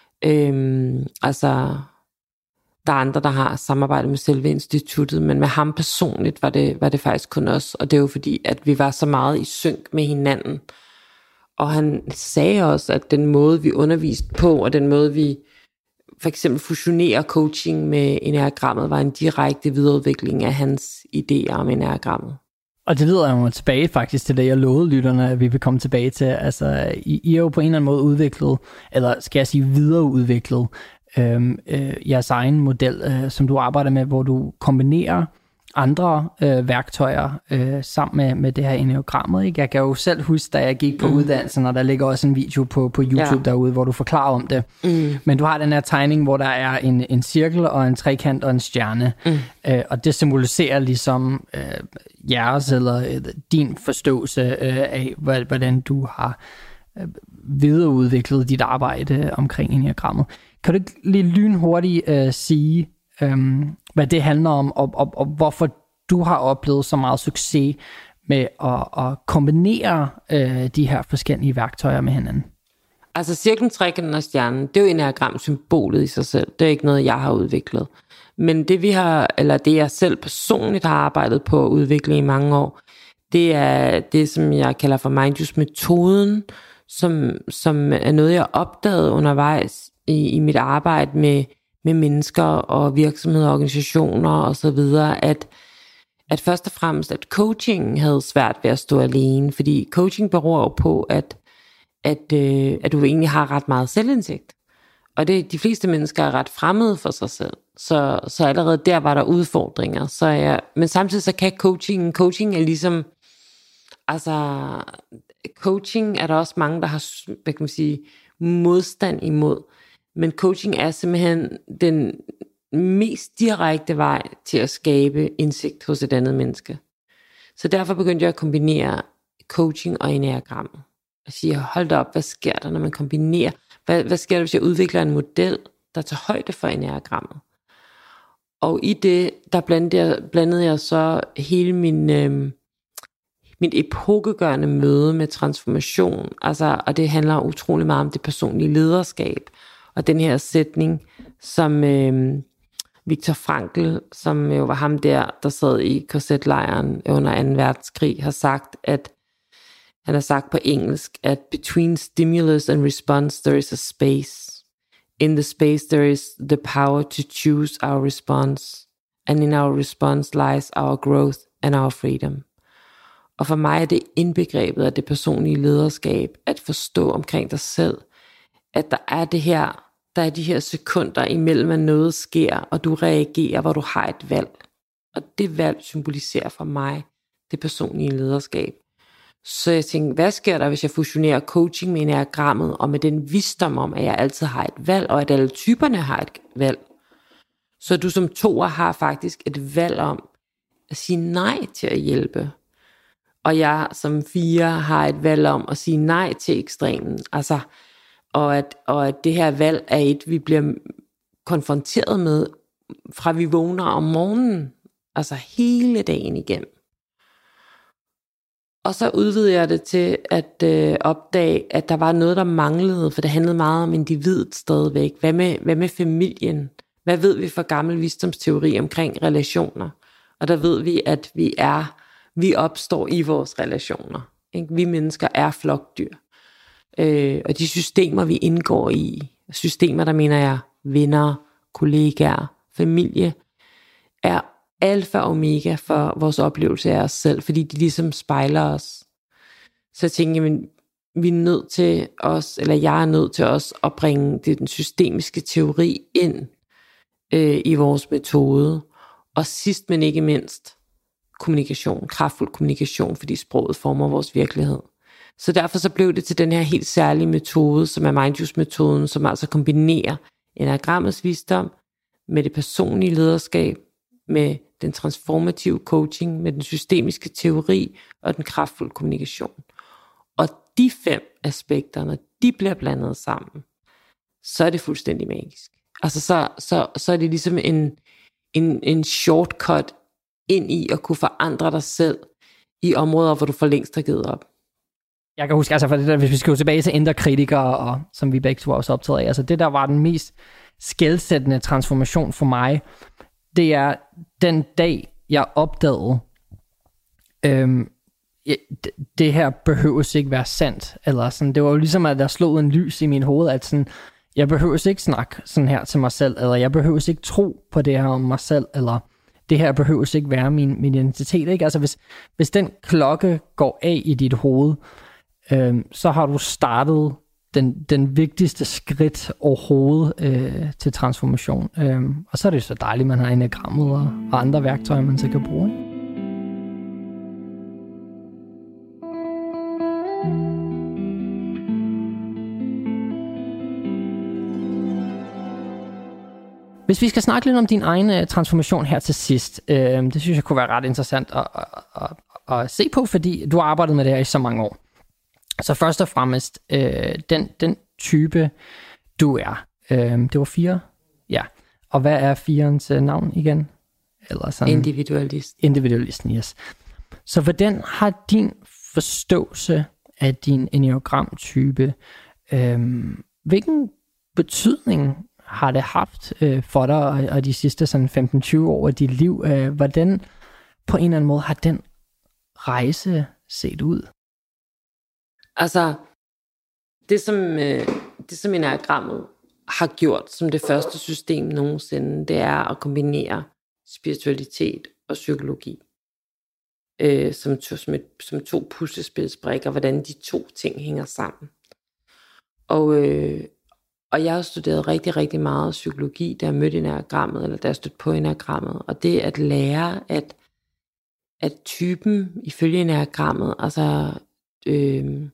Øhm, altså, der er andre, der har samarbejdet med selve instituttet, men med ham personligt var det, var det faktisk kun os, og det er jo fordi, at vi var så meget i synk med hinanden. Og han sagde også, at den måde, vi underviste på, og den måde, vi for eksempel fusionerer coaching med enneagrammet, var en direkte videreudvikling af hans idéer om enneagrammet.
Og det leder jeg mig tilbage faktisk til det, jeg lovede lytterne, at vi vil komme tilbage til. Altså, I, I er jo på en eller anden måde udviklet, eller skal jeg sige videreudviklet, øh, øh, jeres egen model, øh, som du arbejder med, hvor du kombinerer andre øh, værktøjer øh, sammen med, med det her enneagrammet. Ikke? Jeg kan jo selv huske, da jeg gik på mm. uddannelsen, og der ligger også en video på, på YouTube ja. derude, hvor du forklarer om det. Mm. Men du har den her tegning, hvor der er en, en cirkel og en trekant og en stjerne. Mm. Øh, og det symboliserer ligesom øh, jeres eller øh, din forståelse øh, af, hvordan du har øh, videreudviklet dit arbejde omkring enneagrammet. Kan du lige lynhurtigt øh, sige, Øhm, hvad det handler om, og, og, og hvorfor du har oplevet så meget succes med at, at kombinere øh, de her forskellige værktøjer med hinanden?
Altså cirklen, trekanten og stjernen, det er jo enneagram-symbolet i sig selv. Det er ikke noget, jeg har udviklet. Men det vi har, eller det jeg selv personligt har arbejdet på at udvikle i mange år, det er det, som jeg kalder for Mindjuice-metoden, som, som er noget, jeg opdagede undervejs i, i mit arbejde med med mennesker og virksomheder og organisationer og så videre, at, at først og fremmest, at coaching havde svært ved at stå alene, fordi coaching beror jo på, at, at, øh, at du egentlig har ret meget selvindsigt. Og det, de fleste mennesker er ret fremmede for sig selv, så, så allerede der var der udfordringer. Så jeg, men samtidig så kan coaching, coaching er ligesom, altså coaching er der også mange, der har, hvad kan man sige, modstand imod. Men coaching er simpelthen den mest direkte vej til at skabe indsigt hos et andet menneske. Så derfor begyndte jeg at kombinere coaching og enneagram. Jeg siger, hold da op, hvad sker der, når man kombinerer? Hvad, hvad sker der, hvis jeg udvikler en model, der tager højde for enneagrammet? Og i det, der blandede jeg, blandede jeg så hele min, øh, mit epokegørende møde med transformation. Altså, og det handler utrolig meget om det personlige lederskab. Og den her sætning, som øh, Viktor Frankl, som jo var ham der, der sad i K Z-lejren under anden verdenskrig, har sagt, at han har sagt på engelsk, at between stimulus and response, there is a space. In the space, there is the power to choose our response. And in our response lies our growth and our freedom. Og for mig er det indbegrebet af det personlige lederskab, at forstå omkring dig selv, at der er det her, der er de her sekunder imellem, at noget sker, og du reagerer, hvor du har et valg. Og det valg symboliserer for mig det personlige lederskab. Så jeg tænkte, hvad sker der, hvis jeg fusionerer coaching med enneagrammet, og med den visdom om, at jeg altid har et valg, og at alle typerne har et valg. Så du som toer har faktisk et valg om, at sige nej til at hjælpe. Og jeg som fire har et valg om at sige nej til ekstremen. Altså, og, at, og at det her valg er et, vi bliver konfronteret med, fra vi vågner om morgenen. Altså hele dagen igennem. Og så udvidede jeg det til at øh, opdage, at der var noget, der manglede, for det handlede meget om individet stadigvæk. Hvad med, hvad med familien? Hvad ved vi fra gammel visdomsteori omkring relationer? Og der ved vi, at vi er, vi opstår i vores relationer. Ikke? Vi mennesker er flokdyr. Øh, og de systemer, vi indgår i, systemer, der mener jeg, venner, kollegaer, familie, er alfa og omega for vores oplevelse af os selv, fordi de ligesom spejler os. Så jeg tænker, jamen, vi er nødt til os, eller jeg er nødt til os at bringe det, den systemiske teori ind øh, i vores metode. Og sidst, men ikke mindst, kommunikation, kraftfuld kommunikation, fordi sproget former vores virkelighed. Så derfor så blev det til den her helt særlige metode, som er Mindjuice-metoden, som altså kombinerer enagrammets visdom med det personlige lederskab, med den transformative coaching, med den systemiske teori og den kraftfulde kommunikation. Og de fem aspekter, når de bliver blandet sammen, så er det fuldstændig magisk. Altså så, så, så er det ligesom en, en, en shortcut ind i at kunne forandre dig selv i områder, hvor du for længst har givet op.
Jeg kan huske, altså for det der, hvis vi skal gå tilbage til indre kritikere, og som vi begge to også optaget af, altså det der var den mest skelsættende transformation for mig, det er den dag, jeg opdagede, øhm, det, det her behøves ikke være sandt, eller sådan, det var jo ligesom, at der slog en lys i min hoved, at sådan, jeg behøves ikke snakke sådan her til mig selv, eller jeg behøves ikke tro på det her om mig selv, eller det her behøves ikke være min, min identitet, ikke? Altså hvis, hvis den klokke går af i dit hoved, øhm, så har du startet den, den vigtigste skridt overhovedet øh, til transformation. Øhm, og så er det jo så dejligt, at man har enagrammet og, og andre værktøjer, man så kan bruge. Ikke? Hvis vi skal snakke lidt om din egen transformation her til sidst, øh, det synes jeg kunne være ret interessant at, at, at, at se på, fordi du har arbejdet med det her i så mange år. Så først og fremmest, øh, den, den type, du er. Øh, det var fire? Ja. Og hvad er firens øh, navn igen? Eller sådan?
Individualist.
Individualisten, yes. Så hvordan har din forståelse af din enneagram-type, øh, hvilken betydning har det haft øh, for dig og, og de sidste sådan femten til tyve år af dit liv? Øh, hvordan på en eller anden måde har den rejse set ud?
Altså, det som, øh, det som enagrammet har gjort som det første system nogensinde, det er at kombinere spiritualitet og psykologi. Øh, som, to, som, et, som to puslespilsbrikker, hvordan de to ting hænger sammen. Og, øh, og jeg har studeret rigtig, rigtig meget psykologi, da jeg mødte enagrammet, eller da jeg stødte på enagrammet. Og det at lære, at, at typen ifølge enagrammet, altså øh,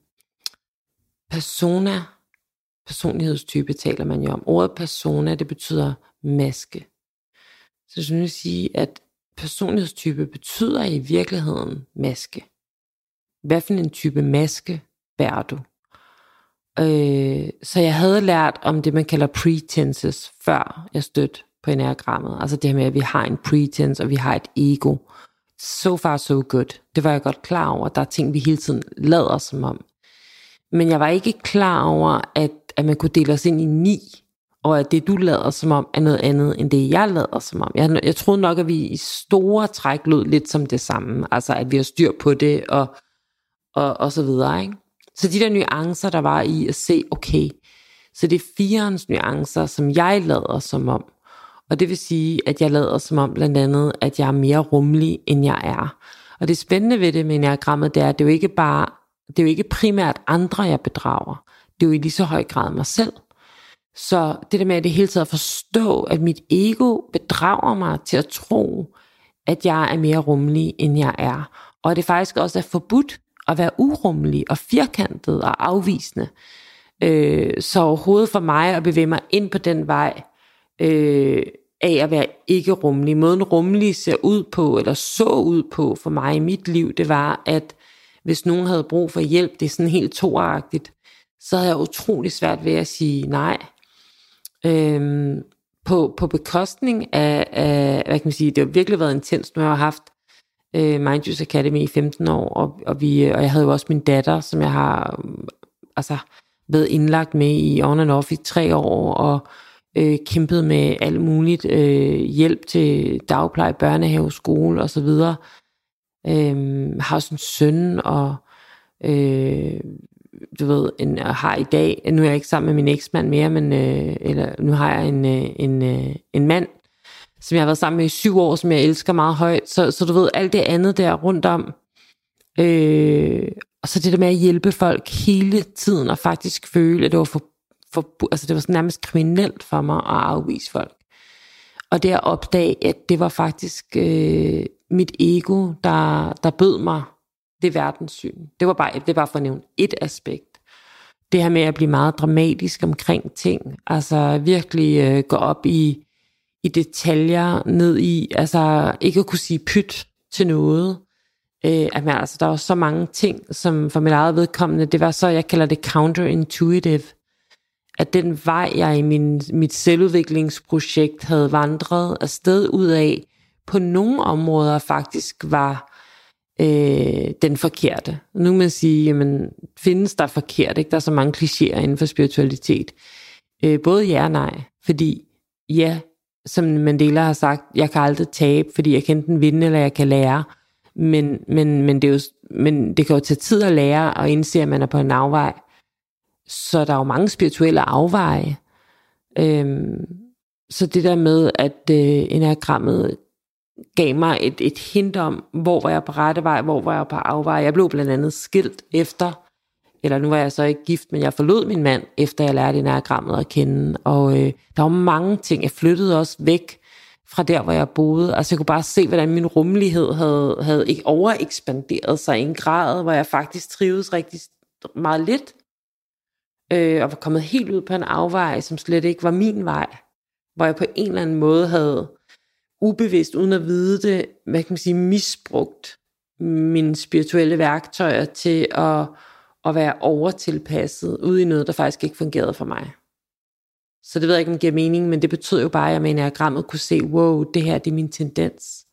persona, personlighedstype taler man jo om. Ordet persona, det betyder maske. Så jeg synes sige, at personlighedstype betyder i virkeligheden maske. Hvad for en type maske bærer du? Øh, så jeg havde lært om det, man kalder pretenses, før jeg stødte på enagrammet. Altså det her med, at vi har en pretense, og vi har et ego. So far so good. Det var jeg godt klar over. Der er ting, vi hele tiden lader som om. Men jeg var ikke klar over, at, at man kunne dele os ind i ni, og at det, du lader som om, er noget andet, end det, jeg lader som om. Jeg, jeg troede nok, at vi i store træk lød lidt som det samme. Altså, at vi har styr på det, og, og, og så videre, ikke? Så de der nuancer, der var i at se, okay, så det er firens nuancer, som jeg lader som om. Og det vil sige, at jeg lader som om blandt andet, at jeg er mere rummelig, end jeg er. Og det spændende ved det med enagrammet, det er, at det er jo ikke bare, det er jo ikke primært andre, jeg bedrager. Det er jo i lige så høj grad mig selv. Så det der med at det hele tiden forstå, at mit ego bedrager mig til at tro, at jeg er mere rummelig, end jeg er. Og at det faktisk også er forbudt at være urummelig og firkantet og afvisende. Øh, så overhovedet for mig at bevæge mig ind på den vej, øh, af at være ikke rummelig. Måden rummelig ser ud på, eller så ud på for mig i mit liv, det var, at hvis nogen havde brug for hjælp, det er sådan helt toagtigt, så havde jeg utrolig svært ved at sige nej. Øhm, på, på bekostning af, af, hvad kan man sige, det har virkelig været intenst, når jeg har haft øh, Mindjuice Academy i femten år, og, og, vi, og jeg havde jo også min datter, som jeg har altså, været indlagt med i on and off i tre år, og øh, kæmpet med alt muligt øh, hjælp til dagpleje, børnehave, skole og så videre. Øh, har også en søn, og øh, du ved, en, har i dag, nu er jeg ikke sammen med min eksmand mere, men øh, eller, nu har jeg en, øh, en, øh, en mand, som jeg har været sammen med i syv år, som jeg elsker meget højt, så, så du ved, alt det andet der rundt om, øh, og så det der med at hjælpe folk hele tiden, og faktisk føle, at det var for, for altså det var sådan nærmest kriminelt for mig at afvise folk. Og det at opdage, at det var faktisk øh, mit ego, der, der bød mig det verdenssyn. Det var bare, det var bare for at nævne et aspekt. Det her med at blive meget dramatisk omkring ting. Altså virkelig øh, gå op i, i detaljer, ned i, altså ikke at kunne sige pyt til noget. Øh, at man, altså, der var så mange ting, som for mit eget vedkommende, det var så, jeg kalder det counterintuitive. At den vej, jeg i min, mit selvudviklingsprojekt havde vandret afsted ud af, på nogle områder faktisk var øh, den forkerte. Nu kan man sige, jamen, findes der forkert, ikke? Der er så mange klichéer inden for spiritualitet. Øh, både ja og nej. Fordi ja, som Mandela har sagt, jeg kan aldrig tabe, fordi jeg kan enten vinde, eller jeg kan lære. Men, men, men, det, er jo, men det kan jo tage tid at lære, og indse, at man er på en afvej. Så der er jo mange spirituelle afveje. Øhm, så det der med, at øh, enagrammet gav mig et, et hint om, hvor var jeg på rette vej, hvor var jeg på afvej. Jeg blev blandt andet skilt efter, eller nu var jeg så ikke gift, men jeg forlod min mand, efter jeg lærte enagrammet at kende. Og øh, der var mange ting. Jeg flyttede også væk fra der, hvor jeg boede. Altså jeg kunne bare se, hvordan min rummelighed havde, havde ikke overekspanderet sig i en grad, hvor jeg faktisk trivedes rigtig meget lidt. Øh, og var kommet helt ud på en afvej, som slet ikke var min vej. Hvor jeg på en eller anden måde havde ubevidst, uden at vide det, hvad kan man sige, misbrugt mine spirituelle værktøjer til at, at være overtilpasset ude i noget, der faktisk ikke fungerede for mig. Så det ved jeg ikke, om det giver mening, men det betød jo bare, at jeg med enagrammet kunne se, wow, det her det er min tendens.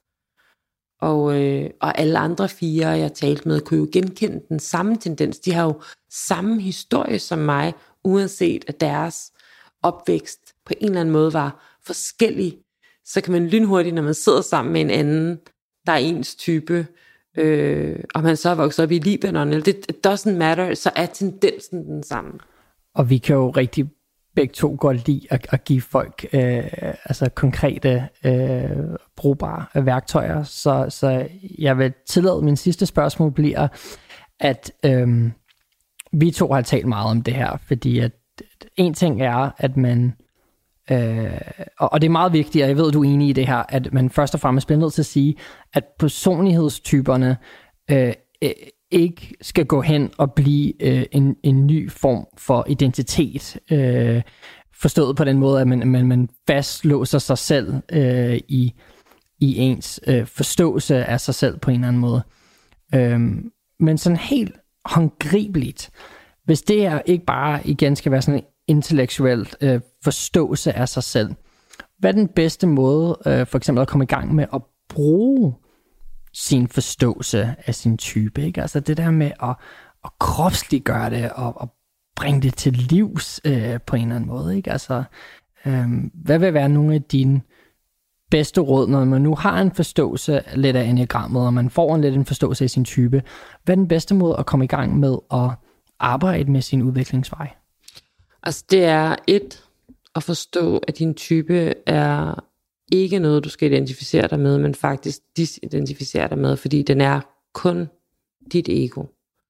Og, øh, og alle andre fire, jeg talte med, kunne jo genkende den samme tendens. De har jo samme historie som mig, uanset at deres opvækst på en eller anden måde var forskellig. Så kan man lynhurtigt, når man sidder sammen med en anden, der er ens type, øh, og man så er vokset op i Libanon, eller det it doesn't matter, så er tendensen den samme.
Og vi kan jo rigtig begge to godt lide at, at give folk øh, altså konkrete, øh, brugbare værktøjer. Så, så jeg vil tillade, min sidste spørgsmål bliver, at øh, vi to har talt meget om det her, fordi at en ting er, at man, øh, og, og det er meget vigtigt, og jeg ved, du er enig i det her, at man først og fremmest bliver nødt til at sige, at personlighedstyperne øh, ikke skal gå hen og blive øh, en, en ny form for identitet. Øh, forstået på den måde, at man, man, man fastlåser sig selv øh, i, i ens øh, forståelse af sig selv på en eller anden måde. Øh, men sådan helt håndgribeligt, hvis det er ikke bare igen skal være sådan en intellektuel øh, forståelse af sig selv, hvad er den bedste måde øh, for eksempel at komme i gang med at bruge sin forståelse af sin type, ikke? Altså det der med at, at kropsliggøre det og, og bringe det til livs øh, på en eller anden måde, ikke? Altså øh, hvad vil være nogle af dine bedste råd, når man nu har en forståelse lidt af enagrammet, og man får en lidt en forståelse af sin type? Hvad er den bedste måde at komme i gang med at arbejde med sin udviklingsvej?
Altså det er et at forstå, at din type er ikke noget, du skal identificere dig med, men faktisk disidentificere dig med, fordi den er kun dit ego.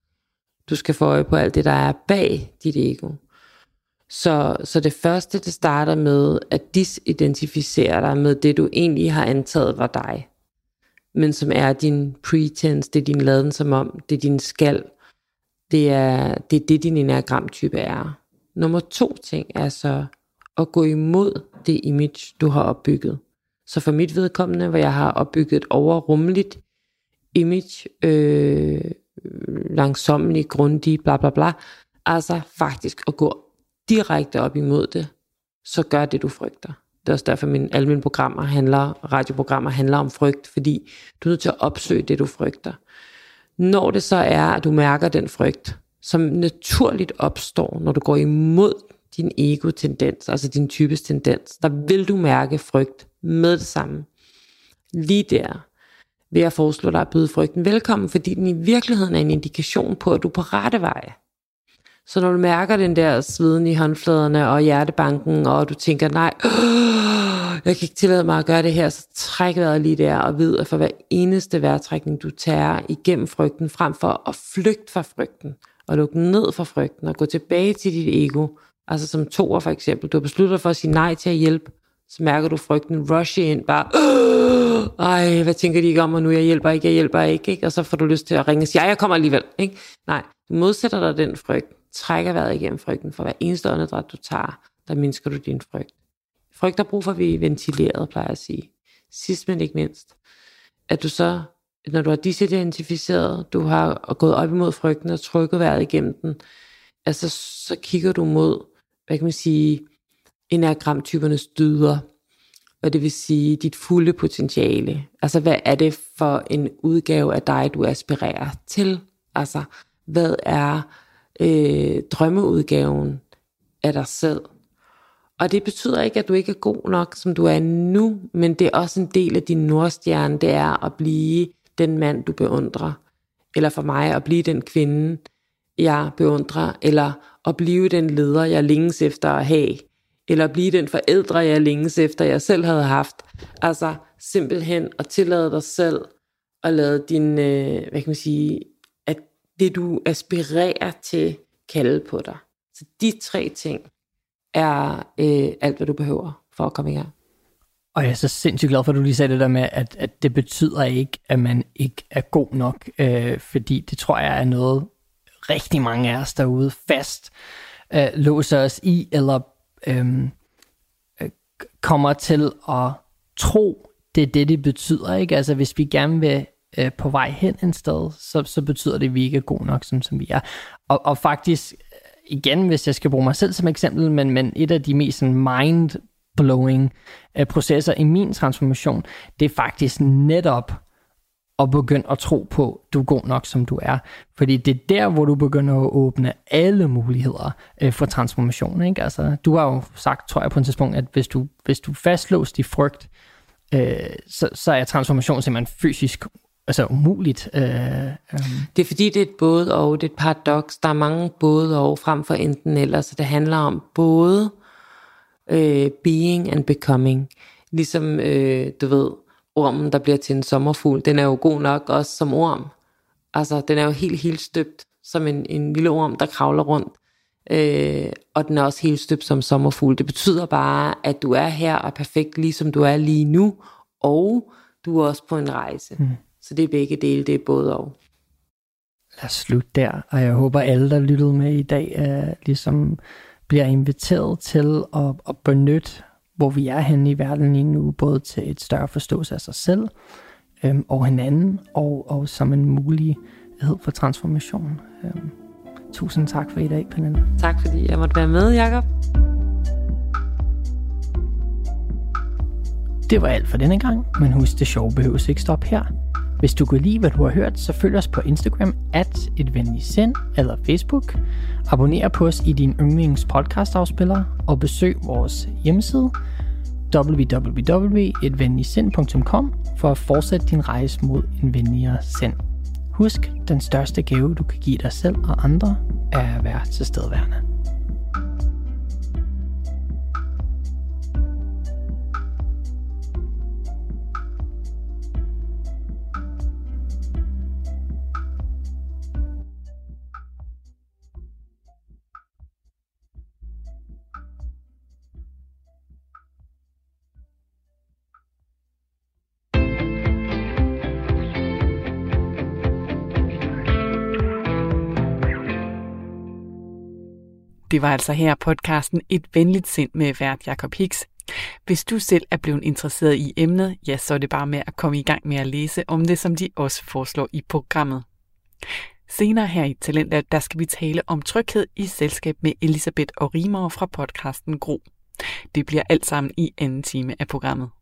Du skal få øje på alt det, der er bag dit ego. Så, så det første, det starter med at disidentificere dig med det, du egentlig har antaget var dig, men som er din pretense, det er din laden som om, det er din skal, det er det, er det din enagramtype er. Nummer to ting er så at gå imod det image, du har opbygget. Så for mit vedkommende, hvor jeg har opbygget et overrummeligt image, øh, langsommeligt, grundigt, bla bla bla, altså faktisk at gå direkte op imod det, så gør det, du frygter. Det er også derfor, mine, alle mine programmer handler, radioprogrammer handler om frygt, fordi du er nødt til at opsøge det, du frygter. Når det så er, at du mærker den frygt, som naturligt opstår, når du går imod din ego-tendens, altså din types tendens, der vil du mærke frygt med det samme. Lige der vil jeg foreslå dig at byde frygten velkommen, fordi den i virkeligheden er en indikation på, at du er på rette vej. Så når du mærker den der sveden i håndfladerne og hjertebanken, og du tænker, nej, øh, jeg kan ikke tillade mig at gøre det her, så træk vejret lige der, og ved, at for hver eneste vejrtrækning, du tager igennem frygten, frem for at flygte fra frygten, og lukke ned fra frygten, og gå tilbage til dit ego, altså som toer for eksempel, du beslutter for at sige nej til at hjælpe, så mærker du frygten rushe ind, bare, øh, ej, hvad tænker de ikke om mig nu, jeg hjælper ikke, jeg hjælper ikke, ikke? Og så får du lyst til at ringe og sige, ja, jeg kommer alligevel, ikke? Nej, du modsætter dig den frygt, trækker vejret igennem frygten, for hver eneste åndedræt du tager, der mindsker du din frygt. Frygt har brug for at blive ventileret, plejer jeg at sige. Sidst men ikke mindst, at du så, når du har disidentificeret, du har gået op imod frygten og trykket vejret igennem den, altså så kigger du mod, hvad kan man sige, enagramtypernes dyder, og det vil sige dit fulde potentiale. Altså hvad er det for en udgave af dig, du aspirerer til? Altså hvad er øh, drømmeudgaven af dig selv? Og det betyder ikke, at du ikke er god nok, som du er nu, men det er også en del af din nordstjerne, det er at blive den mand, du beundrer. Eller for mig, at blive den kvinde, jeg beundrer. Eller at blive den leder, jeg længes efter at have. Eller blive den forældre, jeg længes efter, jeg selv havde haft. Altså simpelthen at tillade dig selv at lade din, øh, hvad kan man sige, at det du aspirerer til, kalde på dig. Så de tre ting er øh, alt, hvad du behøver for at komme i gang.
Og jeg er så sindssygt glad for, at du lige sagde det der med, at, at det betyder ikke, at man ikke er god nok, øh, fordi det tror jeg er noget, rigtig mange af os derude fast øh, låser os i, eller øh, kommer til at tro, det er det, det betyder, ikke? Altså hvis vi gerne vil øh, på vej hen et sted, så, så betyder det, at vi ikke er god nok, sådan som vi er. Og, og faktisk, igen, hvis jeg skal bruge mig selv som eksempel, men, men et af de mest sådan, mind-blowing øh, processer i min transformation, det er faktisk netop at begynde at tro på, at du er god nok, som du er. Fordi det er der, hvor du begynder at åbne alle muligheder øh, for transformation. Ikke? Altså, du har jo sagt, tror jeg på et tidspunkt, at hvis du, hvis du fastlåst i frygt, øh, så, så er transformation simpelthen fysisk altså umuligt. Øh, øh.
Det er fordi, det er et både og, det er et paradoks. Der er mange både og frem for enten eller, så det handler om både øh, being and becoming. Ligesom, øh, du ved, ormen, der bliver til en sommerfugl, den er jo god nok også som orm. Altså, den er jo helt, helt støbt som en, en lille orm, der kravler rundt. Øh, og den er også helt støbt som sommerfugl. Det betyder bare, at du er her og er perfekt, ligesom du er lige nu, og du er også på en rejse. Mm. Så det er begge dele, det er både og.
Lad os slutte der, og jeg håber, alle, der lyttede med i dag, øh, ligesom bliver inviteret til at, at benytte, hvor vi er henne i verden lige nu, både til et større forståelse af sig selv øhm, og hinanden, og, og som en mulighed for transformation. Øhm, tusind tak for i dag, Pernille.
Tak fordi jeg måtte være med, Jakob.
Det var alt for denne gang, men husk, det sjove behøves ikke stoppe her. Hvis du kan lide, hvad du har hørt, så følg os på Instagram at et venligt sind eller Facebook. Abonner på os i din yndlings podcastafspiller og besøg vores hjemmeside w w w punktum et venligt sind punktum com for at fortsætte din rejse mod en venligere sind. Husk, den største gave, du kan give dig selv og andre, er at være tilstedeværende.
Det var altså her podcasten Et Venligt Sind med vært Jacob Hicks. Hvis du selv er blevet interesseret i emnet, ja, så er det bare med at komme i gang med at læse om det, som de også foreslår i programmet. Senere her i Talentlab, der skal vi tale om tryghed i selskab med Elisabeth og Rigmor fra podcasten Gro. Det bliver alt sammen i anden time af programmet.